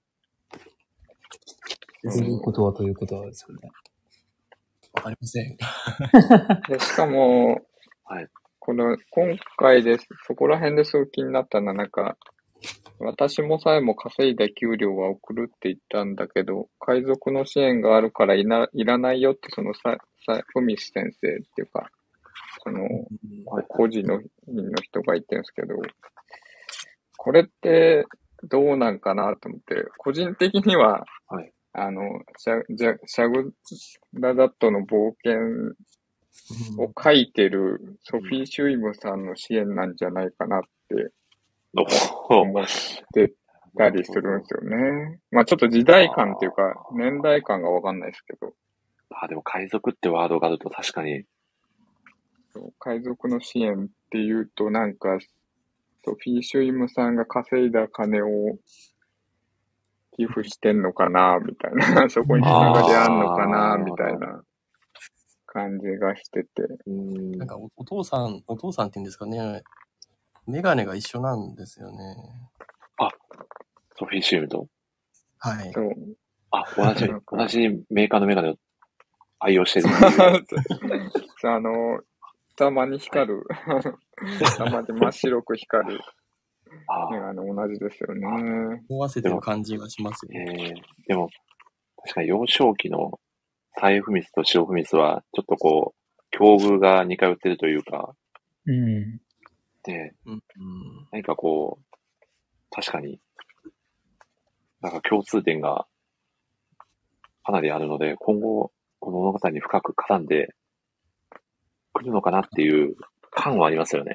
ということはということはですよね。 わかりません。 でしかも、 はい。 この、今回です。そこら辺ですごく気になったのは、なんか、私もさえも稼いだ給料は送るって言ったんだけど、海賊の支援があるからいな、いらないよって、そのさ、さ、フミス先生っていうか、その、 はい個人のの人が言ってるんですけど、これってどうなんかなと思って、個人的には、 はいあの、シャジャシャグラダットの冒険を書いてるソフィー・シュイムさんの支援なんじゃないかなってお思ってたりするんですよね。まあちょっと時代感っていうか、年代感がわかんないですけど、 あ、でも海賊ってワードがあると確かに、 そう海賊の支援っていうとなんか、ソフィー・シュイムさんが稼いだ金を寄付してんのかなみたいな、そこに繋がりあんのかなみたいな感じがしてて。 うんなんかお、お父さん、お父さんって言うんですかね。メガネが一緒なんですよね。 ソフィーシームと。 はい。 そう。 あ、同じなん、か同じメーカーのメガネを愛用してるっていう。 あの、たまに光る、たまに真っ白く光る、 あね、あの、同じですよね。 思わせてる感じがしますよえね。 ー、でも、確かに幼少期のサイフミスとシオフミスは、ちょっとこう、境遇が似通ってるというか、 うん。 で、 うん。うん何かこう、確かに、なんか共通点がかなりあるので、今後、 この物語に深く絡んでくるのかなっていう感はありますよね。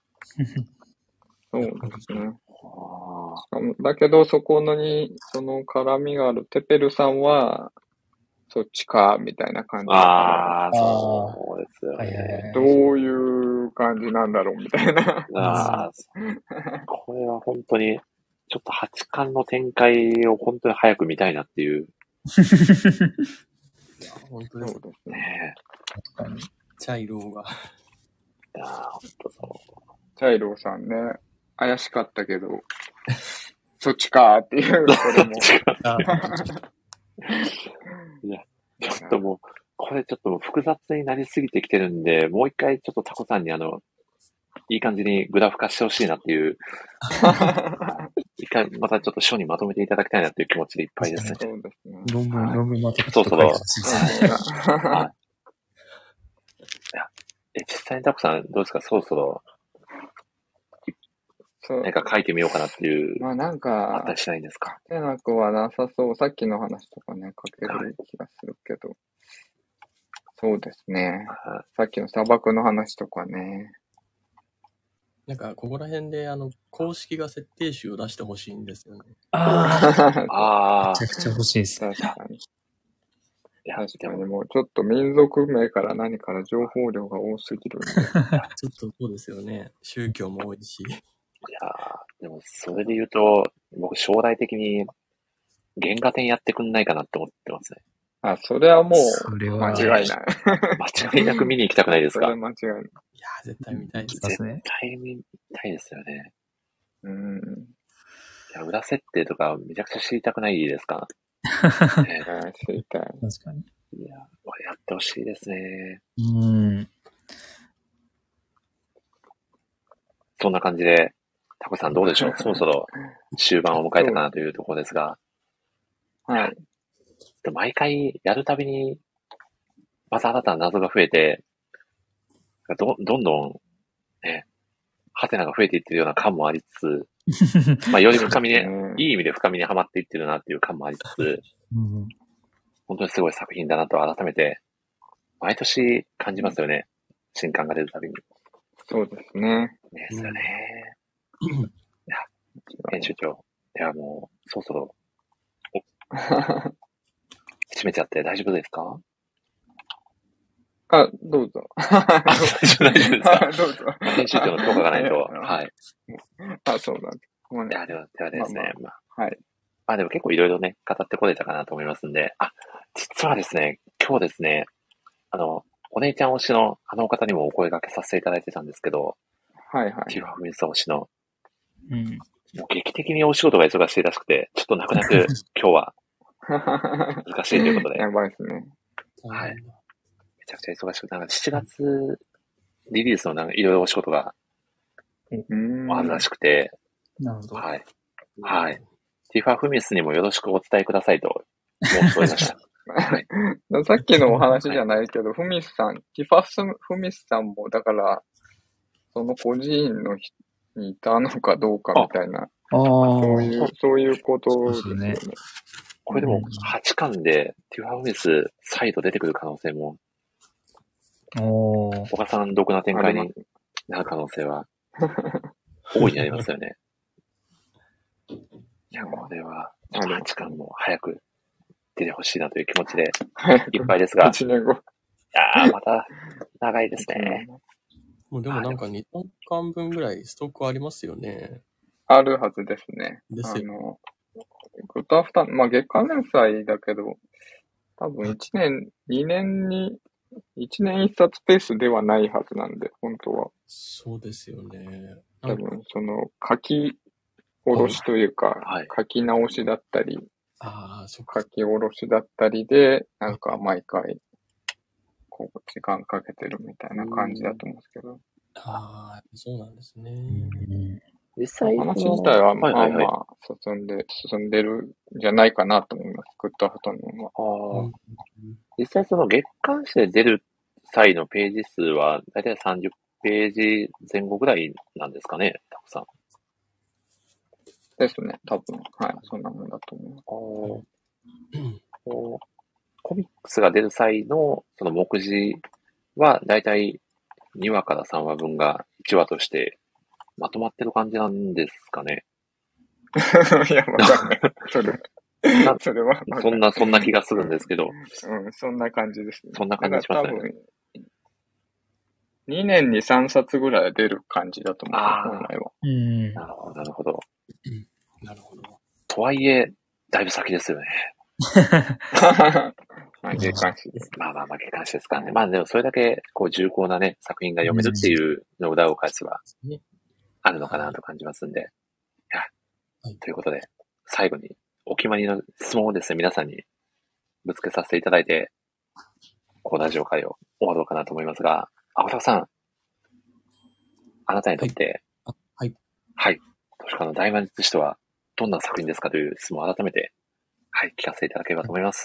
そうですね。 あしかもだけど、そこのに、その絡みがあるテペルさんは、そっちか、みたいな感じだから、 ああ、そうですよはいはいはね。 いどういう感じなんだろう、みたいな。 ああ、これは本当に、ちょっとはちかんの展開を本当に早く見たいなっていう。 いや、本当ですそうですね。 ね確かに。 チャイローが。 え。いやー、本当そう。 チャイローさんね、怪しかったけど、そっちかーっていう、これも。 あいや、ちょっともう、これちょっと複雑になりすぎてきてるんで、もう一回ちょっとタコさんにあの、いい感じにグラフ化してほしいなっていう、一回またちょっと書にまとめていただきたいなっていう気持ちでいっぱいですね。 そうですね。 論文、 はい論文またそうそう書いてほしいですね。 はい。いや、え、実際にタコさんどうですか？そろそろそう何か書いてみようかなっていう、 まあなんあったかり、しないんですか？ 書けなくはなさそう。さっきの話とかね、書ける気がするけど。そうですね。 はさっきの砂漠の話とかね。 なんか、ここら辺で、あの、公式が設定集を出してほしいんですよね。 あいあ、 ああ、 めちゃくちゃ欲しいです。 確かに。 いや、 確かにでも、 もうちょっと民族名から何から情報量が多すぎるんで。 ちょっとそうですよね。宗教も多いし。 いやーでもそれで言うと、僕将来的に原画展やってくんないかなって思ってますね。 あ、それはもそうれは、 間違いない。 間違いなく見に行きたくないですそれか？ は間違いない。 いやー、絶対見たいです。 ますね。 絶対見たいですよね。 うん。 いや、裏設定とかめちゃくちゃ知りたくないですか？ねあ知りたい。 確かに。 いや、やってほしいですね。 うん。 そんな感じで、タコさんどうでしょう？そろそろ終盤を迎えたかなというところですが、 はい。 毎回やるたびに、また新たな謎が増えて、ど、どんどん、ね、ハテナが増えていってるような感もありつつ、まあ、より深みに、 うんいい意味で深みにはまっていってるなっていう感もありつつ、 うん本当にすごい作品だなと改めて、毎年感じますよね。新刊が出るたびに。 そうですね。 ですよね。いや、編集長。いや、もう、そろそろ、閉めちゃって大丈夫ですか？ あ、どうぞ。 あ、大丈夫ですか？ どうぞ。 編集長の許可がないと。はい。 あ、そうなんです。ごめんいや、では、ではですね。まあ、 はい。 まあでも結構いろいろね、語ってこれたかなと思いますんで、あ、実はですね、今日ですね、あの、お姉ちゃん推しのあの方にもお声掛けさせていただいてたんですけど、 はいはい。 ティファフミス推しの、 うん。 もう劇的にお仕事が忙しいらしくて、ちょっと泣く泣く今日は難しいということで、 やばいですね。 はい。めちゃくちゃ忙しくて、なんかしちがつリリースのなんかいろいろお仕事がうーん。 あるらしくて、 なるほど。 はい。はい。ティファフミスにもよろしくお伝えくださいと申し添いました。はい。 さっきのお話じゃないけど、フミスさん、ティファスフミスさんも、だから、その孤児院の人にいたのかどうかみたいな、 ああ、 そういう、そういうことですよね。 これでもはちかんでティファフミス再度出てくる可能性も、 おー。 岡さん独な展開になる可能性は大いにありますよね。いや、これは、ちょっとはちかんも早く出てほしいなという気持ちでいっぱいですが、 いちねんご。 いやー、また長いですね。 もうでもなんかにさんかんぶんぐらいストックありますよね。 あるはずですね。 ですよあの、グッドアフター、まあ月間連載だけど、多分いちねん、にねんに、いちねんいっさつペースではないはずなんで、本当は。 そうですよね。 多分、その、書き下ろしというか、 はい書き直しだったり、 ああ、そっか。 書き下ろしだったりで、なんか毎回、こう、時間かけてるみたいな感じだと思うんですけど。 ああ、そうなんですね。 うん実際話自体は、まあはいはいはいまあ、進んで、進んでるんじゃないかなと思います。グッドアフタヌーンは。 あーうん実際その月刊誌で出る際のページ数は、だいたいさんじゅっページ前後ぐらいなんですかね、たくさん。 ですね、多分。はい、そんなもんだと思います。 こコミックスが出る際の、その目次は、だいたいにわからさんわぶんがいちわとしてまとまってる感じなんですかね。 いや、わかんない。それ、 なそれはわかんない。 そんな、そんな気がするんですけど。 うん、そんな感じですね。 そんな感じしますね。 多分、にねんにさんさつぐらい出る感じだと思う、本来は。 うん。 なるほど、なるほど。 なるほど。 とはいえ、だいぶ先ですよね。 まあ、月刊誌です。 まあまあまあ、月刊誌ですからね。まあでもそれだけ、こう、重厚なね、作品が読めるっていうの裏を返せば、あるのかなと感じますんで。いや、 はい、 ということで、最後に、お決まりの質問をですね、皆さんにぶつけさせていただいて、こう、ラジオ会を終わろうかなと思いますが、青田さん、あなたにとって、 はい。 はい。図書館の大魔術師とは、どんな作品ですかという質問を改めて、はい、聞かせていただければと思います。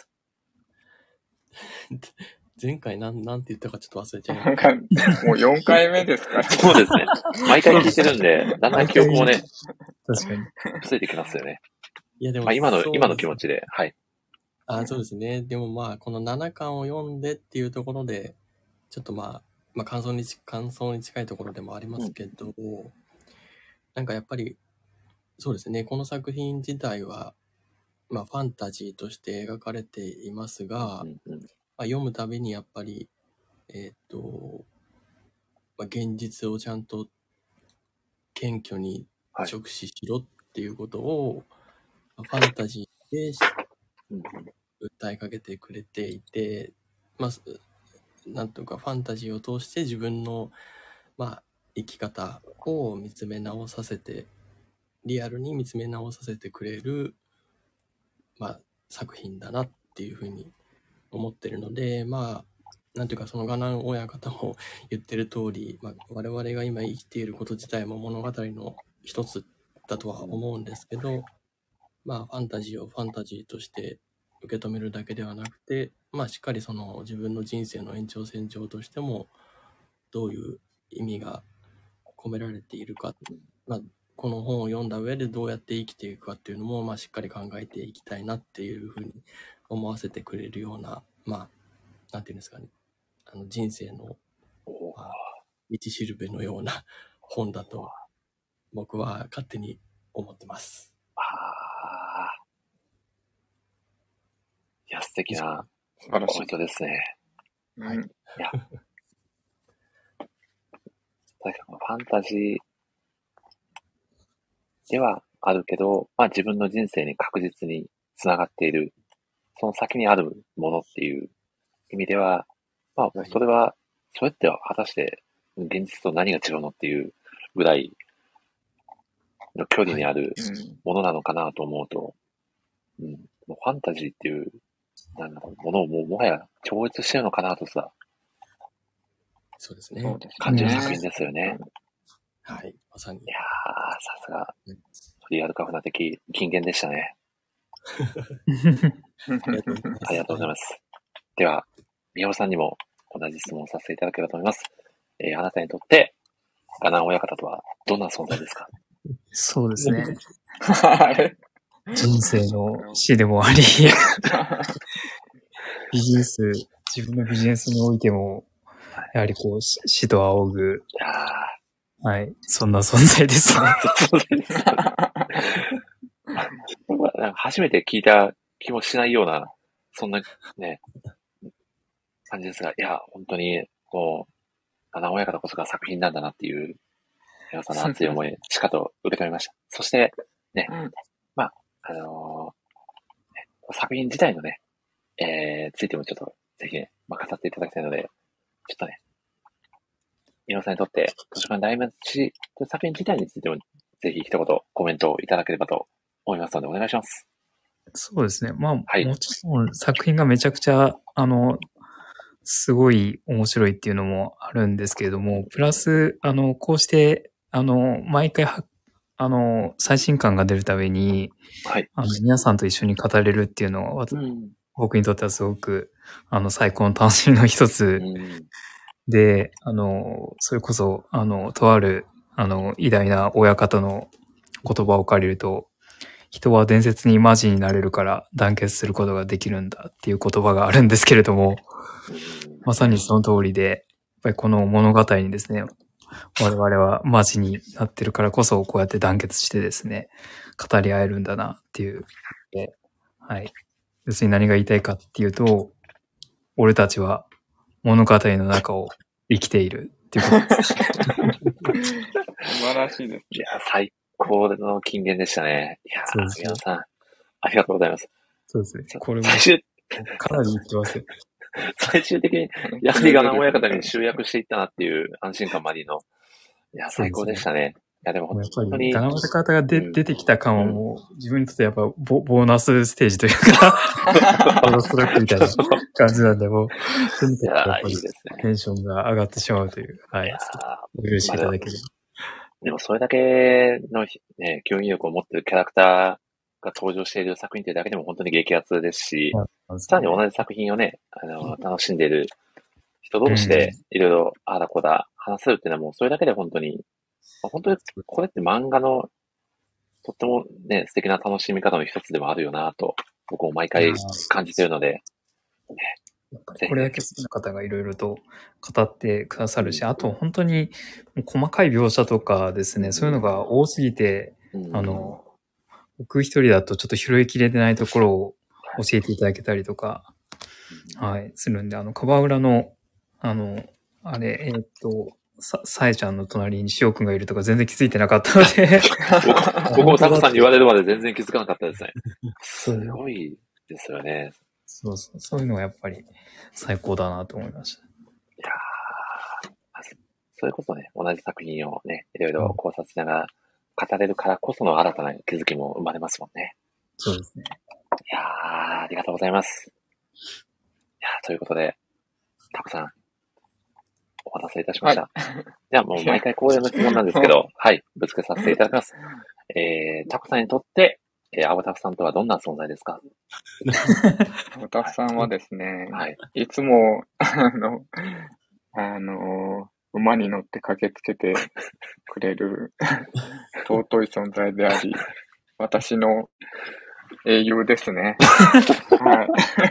前回なん、なんて言ったかちょっと忘れちゃいました。もうよんかいめですから。 そうですね。毎回聞いてるんで、だんだん記憶もね、 確かに。 ついてきますよね。 いやでも、 まあ、今の、今の気持ちで、はい。 あ、そうですね。でもまあ、このななかんを読んでっていうところで、ちょっとまあ、まあ感想に、感想に近いところでもありますけど、うん、なんかやっぱり、そうですね、この作品自体は、まあファンタジーとして描かれていますが、 うんうん、まあ、読むたびにやっぱり、えっと、まあ、現実をちゃんと謙虚に直視しろっていうことを、はい、ファンタジーで訴えかけてくれていて、まあ、なんとかファンタジーを通して自分の、まあ、生き方を見つめ直させて、リアルに見つめ直させてくれる、まあ、作品だなっていうふうに思ってるので、まあ、なんていうかそのガナン親方も言ってる通り、まあ、我々が今生きていること自体も物語の一つだとは思うんですけど、まあファンタジーをファンタジーとして受け止めるだけではなくて、まあしっかりその自分の人生の延長線上としてもどういう意味が込められているか、まあ、この本を読んだ上でどうやって生きていくかっていうのも、まあしっかり考えていきたいなっていうふうに思わせてくれるような、まあなんていうんですかね、あの人生の、まあ、道しるべのような本だと僕は勝手に思ってます。 ああ。いや、素敵なコメントですね。はい。いや。確かにファンタジーではあるけど、まあ自分の人生に確実につながっている、その先にあるものっていう意味では、まあそれは、それって果たして現実と何が違うのっていうぐらいの距離にあるものなのかなと思うと、うん、もうファンタジーっていう、なんだろう、ものをもうもはや超越してるのかなとさ、 そうですね。 感じる作品ですよね。 はい、まさに。いやー、さすが、リアルカフな的、金言でしたね。ありがとうございます。では、宮尾さんにも同じ質問をさせていただければと思います。えー、あなたにとって、ガナン親方とはどんな存在ですか？ そうですね。人生の師でもあり、ビジネス、自分のビジネスにおいても、やはりこう、師と仰ぐ、はい、そんな存在ですね。 初めて聞いた気もしないような、そんなね、感じですが、いや、本当に、こう、ガナン親方こそが作品なんだなっていう、皆さんの熱い思い、しかと受け止めました。そして、ね、まあ、あのーね、作品自体のね、えー、ついてもちょっと、ぜひね、まあ、語っていただきたいので、ちょっとね、皆さんにとって、図書館大魔術という作品自体についても、ぜひ一言コメントをいただければと思いますので、お願いします。 そうですね。まあ、はい、もちろん作品がめちゃくちゃ、あの、すごい面白いっていうのもあるんですけれども、プラス、あの、こうして、あの、毎回は、あの、最新刊が出るたびに、 はい、 あの皆さんと一緒に語れるっていうのは、うん、僕にとってはすごく、あの、最高の楽しみの一つで、うん、あの、それこそ、あの、とある、あの、偉大な親方の言葉を借りると、 人は伝説にマジになれるから団結することができるんだっていう言葉があるんですけれども、まさにその通りで、やっぱりこの物語にですね、我々はマジになってるからこそこうやって団結してですね、語り合えるんだなっていう。はい。要するに何が言いたいかっていうと、俺たちは物語の中を生きているっていうことです。 素晴らしいです。 いや、最高の金言でしたね。いやー、皆さん、ありがとうございます。 そうですね。これも、最終かなり言ってますよ。 最終的に、やはりがな親方に集約していったなっていう安心感もありの、いや、最高でしたね。いや、でも本当に。 ガナ親方がで、うん、出てきた感はもう、自分にとってやっぱボ、ボーナスステージというか、ボーナスラックみたいな感じなんで、もう、とにかくやっぱりテンションが上がってしまうという、はい。お許しいただければ。 でもそれだけのね、競技力を持っているキャラクターが登場している作品というだけでも本当に激アツですし、うん、さらに同じ作品をね、あの、楽しんでいる人同士でいろいろああだこだ話せるっていうのはもうそれだけで本当に、本当にこれって漫画のとってもね、素敵な楽しみ方の一つでもあるよなと、僕も毎回感じているので、 ね、これだけ好きな方がいろいろと語ってくださるし、あと本当に細かい描写とかですね、そういうのが多すぎて、うん、あの、僕一人だとちょっと拾いきれてないところを教えていただけたりとか、はい、するんで、あの、カバウラの、あの、あれ、えー、っと、さ、さえちゃんの隣にしおくんがいるとか全然気づいてなかったので僕もタコさんに言われるまで全然気づかなかったですね。すごいですよね。 そうそう、そういうのがやっぱり最高だなと思いました。いやー、それこそね、同じ作品をね、いろいろ考察しながら語れるからこその新たな気づきも生まれますもんね。 そうですね。 いやー、ありがとうございます。いやー、ということで、タコさん、お待たせいたしました。はい、じゃあもう毎回恒例の質問なんですけど、はい、ぶつけさせていただきます。えー、タコさんにとって、えー、アボタフさんとはどんな存在ですか？ アボタフさんはですね、はい、いつも、あの、あの、馬に乗って駆けつけてくれる尊い存在であり、私の英雄ですね。はい、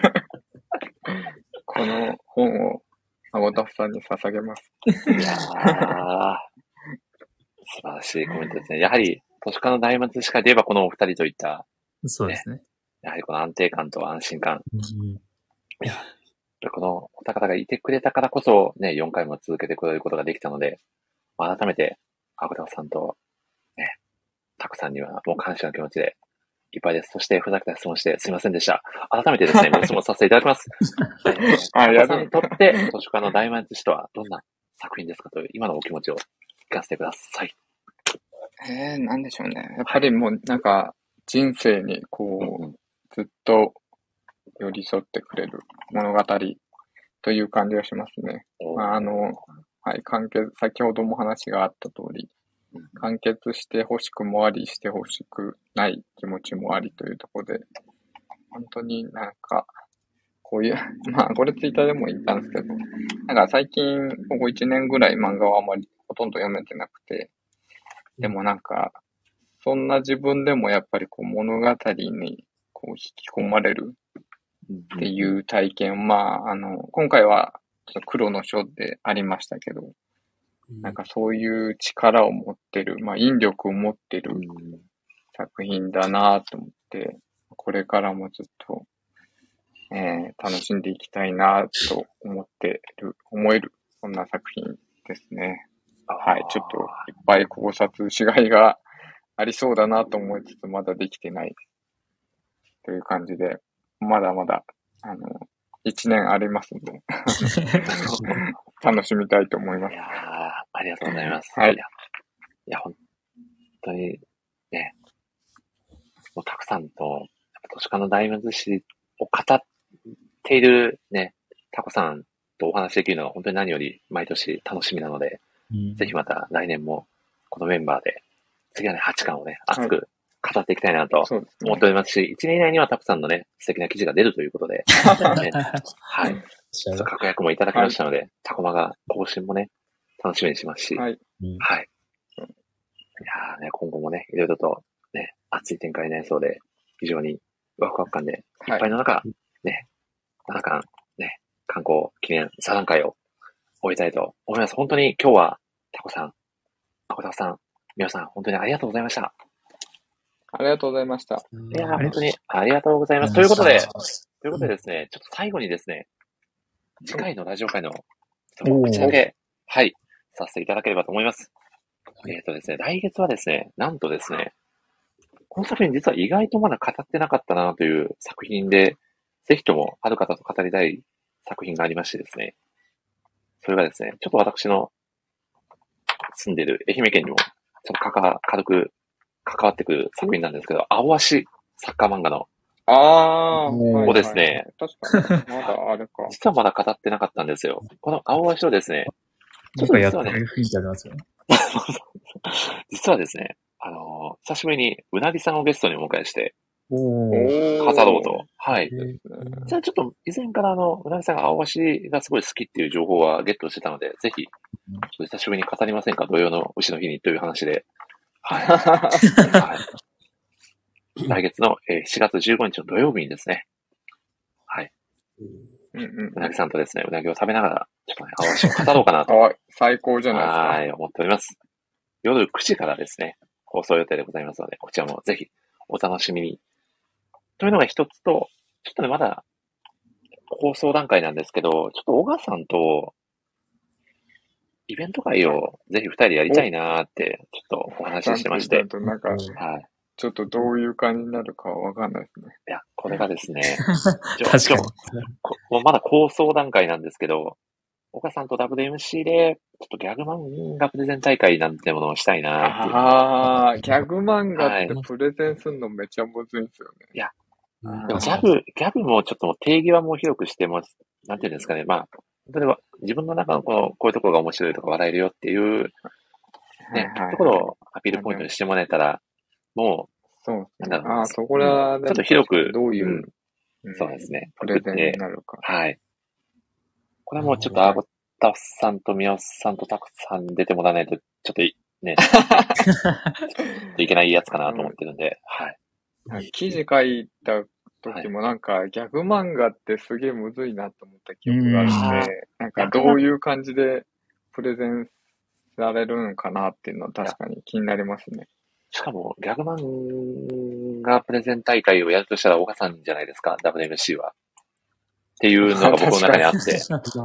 この本をアボタフさんに捧げます。 いやー、素晴らしいコメントですね。やはり、都市化の大松しかで言えばこのお二人といった、 ね、そうですね。 やはりこの安定感と安心感。うん、いや、このお方がいてくれたからこそ、ね、よんかいも続けてくれることができたので、改めて、アボタフさんと、ね、タコさんにはもう感謝の気持ちでいっぱいです。そして、ふざけた質問してすいませんでした。改めてですね、ご質問させていただきます。えー、タコさんにとって、都市化の大魔術師とはどんな作品ですかという、今のお気持ちを聞かせてください。 えー、なんでしょうね。やっぱりもう、なんか、人生に、こう、うん、ずっと寄り添ってくれる物語という感じがしますね。まあ、あの、はい、完結、先ほども話があった通り、完結して欲しくもあり、して欲しくない気持ちもありというところで、本当になんか、こういう、まあ、これツイッターでも言ったんですけど、なんか最近、ここいちねんぐらい漫画はあまりほとんど読めてなくて、でもなんか、そんな自分でもやっぱりこう物語にこう引き込まれるっていう体験、まあ、あの、今回は黒の書でありましたけど、なんかそういう力を持ってる、まあ引力を持ってる作品だなと思って、これからもずっと、えー、楽しんでいきたいなと思ってる、思える、そんな作品ですね。はい、ちょっといっぱい考察しがいがありそうだなと思いつつ、まだできてないという感じで、まだまだ、あの、一年ありますので、楽しみたいと思います。 いやー、ありがとうございます。 はい。いや、いや本当にね、もうたくさんと、都市化の大魔術師を語っているね、タコさんとお話できるのは本当に何より毎年楽しみなので、うん、ぜひまた来年もこのメンバーで、次はね、はちかんをね、熱く語っていきたいなと思っておりますし、はい、いちねん以内にはタコさんのね、素敵な記事が出るということで、ね、はい。確約もいただきましたので、はい、タコマが更新もね、楽しみにしますし、はい。はい、いやーね、今後もね、いろいろとね、 熱い展開になりそうで、非常にワクワク感でいっぱいの中、はい、ね、ななかん、ね、観光記念座談会を終えたいと思います。本当に今日は、タコさん、アコタコさん、皆さん、本当にありがとうございました。 ありがとうございました。 いや、本当にありがとうございます。ということで、ということでですね、ちょっと最後にですね、次回のラジオ会の口だけ、はい、させていただければと思います。えっとですね、来月はですね、なんとですね、この作品実は意外とまだ語ってなかったなという作品で、ぜひともある方と語りたい作品がありましてですね、それがですね、ちょっと私の住んでいる愛媛県にも、ちょっとかか軽く関わってくる作品なんですけど、青足サッカー漫画の、 ああ、 をですね、 確かに、まだあれか。 実はまだ語ってなかったんですよ。この青足をですね、 ちょっと実はね、雰囲気ありますよね。 実はですね、あのー、久しぶりにうなぎさんをゲストにお迎えして、 お語ろうと。はい。じゃあちょっと以前からあの、うなぎさんが青足がすごい好きっていう情報はゲットしてたので、ぜひ、ちょっと久しぶりに語りませんか、土曜の牛の日にという話で。はい。はい、来月のしがつじゅうごにちの土曜日にですね、はい。うんうん、うなぎさんとですね、うなぎを食べながら、ちょっとね、青足を語ろうかなと。 最高じゃないですか。 はい、思っております。夜くじからですね、放送予定でございますので、こちらもぜひお楽しみに。というのが一つと、ちょっとね、まだ放送段階なんですけど、ちょっと小川さんとイベント会をぜひ二人でやりたいなーって、ちょっとお話ししてまして。 なんか、はい。ちょっとどういう感じになるかわかんないですね。 いや、これがですね、 確かにこまだ構想段階なんですけど、岡さんと ダブリューエムシー で、ちょっとギャグ漫画プレゼン大会なんてものをしたいなっていう。 ああ、ギャグ漫画ってプレゼンするのめっちゃむずいんですよね。 いや、でもギャグ、ギャグもちょっともう定義はもう広くしても、なんていうんですかね、まあ、本当に自分の中のこの、こういうところが面白いとか笑えるよっていう、ね、はいはい、ところをアピールポイントにしてもらえたら、もう、 そうなんだろうな。あ、そこらで、ちょっと広く、 どういう、 うん、そうですね、 プレゼンになるか。 はい。これはもうちょっとアゴタフさんとミオさんとタクさん出てもらわないと、ちょっとね、いけないやつかなと思ってるんで、はい。 記事書いた時もなんか、ギャグ漫画ってすげえむずいなと思った記憶があるんで、なんかどういう感じでプレゼンされるのかなっていうのは確かに気になりますね。 しかも、ギャグ漫画プレゼン大会をやるとしたら、岡さんじゃないですか、ダブリューエムシー は。っていうのが僕の中にあって。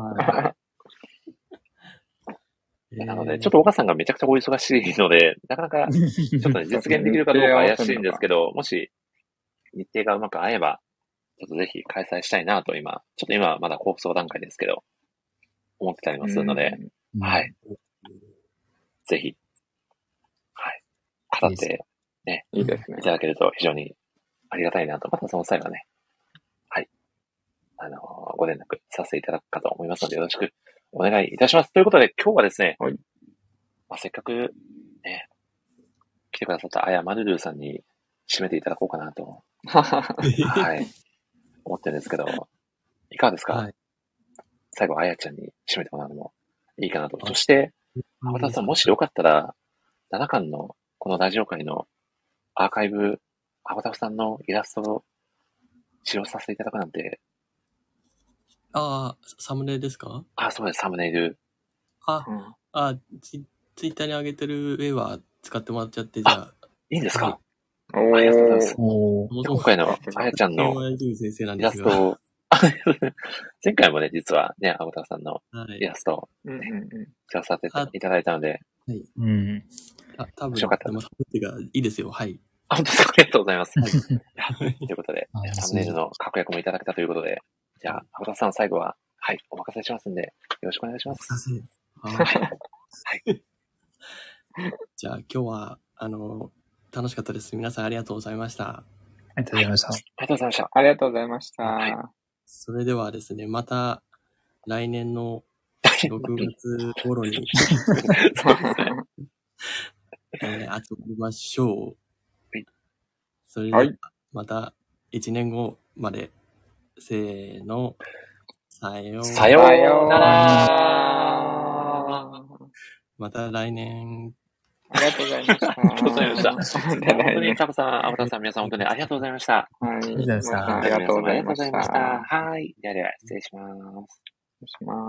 なので、ちょっと岡さんがめちゃくちゃお忙しいので、なかなか、ちょっとね、実現できるかどうか怪しいんですけど、もし、日程がうまく合えば、ちょっとぜひ開催したいなと今、ちょっと今はまだ構想段階ですけど、思ってたりもするので、はい。ぜひ、はい。語って、ね、 いいですね。 いただけると非常にありがたいなと、またその際はね、はい。あのー、ご連絡させていただくかと思いますので、よろしくお願いいたします。ということで、今日はですね、 はい。 まあ、せっかく、ね、来てくださったあやまるるーさんに締めていただこうかなと、はい、思ってるんですけど、いかがですか、はい、最後、あやちゃんに締めてもらうのもいいかなと。そして、アバターさん、もしよかったら、ななかんのこのラジオ界のアーカイブ、アバターさんのイラストを使用させていただくなんて。 ああ、サムネイルですか？ あ、そうです、サムネイル。 あ、うん、あツイ、ツイッターに上げてる絵は使ってもらっちゃって、じゃあ。 いいんですか？はいおありがとうございます。今回のあやちゃんのイラストを、前回もね、実はね、アバターさんのイラストを、ね、使わせていただいたので、 はい。うん。あ、多分、 よかったでも、サムネイルがいいですよ。はい。 あ、本当ですか？ありがとうございます。はい、ということで、サムネイルの確約もいただけたということで、じゃあ、アバターさん最後は、はい、お任せしますんで、よろしくお願いします。 はい。はい。じゃあ、今日は、あの、楽しかったです。皆さんありがとうございました。 ありがとうございました。 ありがとうございました。 ありがとうございました。はい、 それではですね、また来年のろくがつ頃にそうですね。 えー、集まりましょう。 はい、 それではまたいちねんごまで、せーの、さようさようなら。 また来年ありがとうございました。 ありがとうございました。 本本当に、タコさん、アブタさん、皆さん、本当にありがとうございました。 はい。 ありがとうございましたありがとうございました。 皆様ありがとうございました。はい。ではでは、失礼します。 失礼します。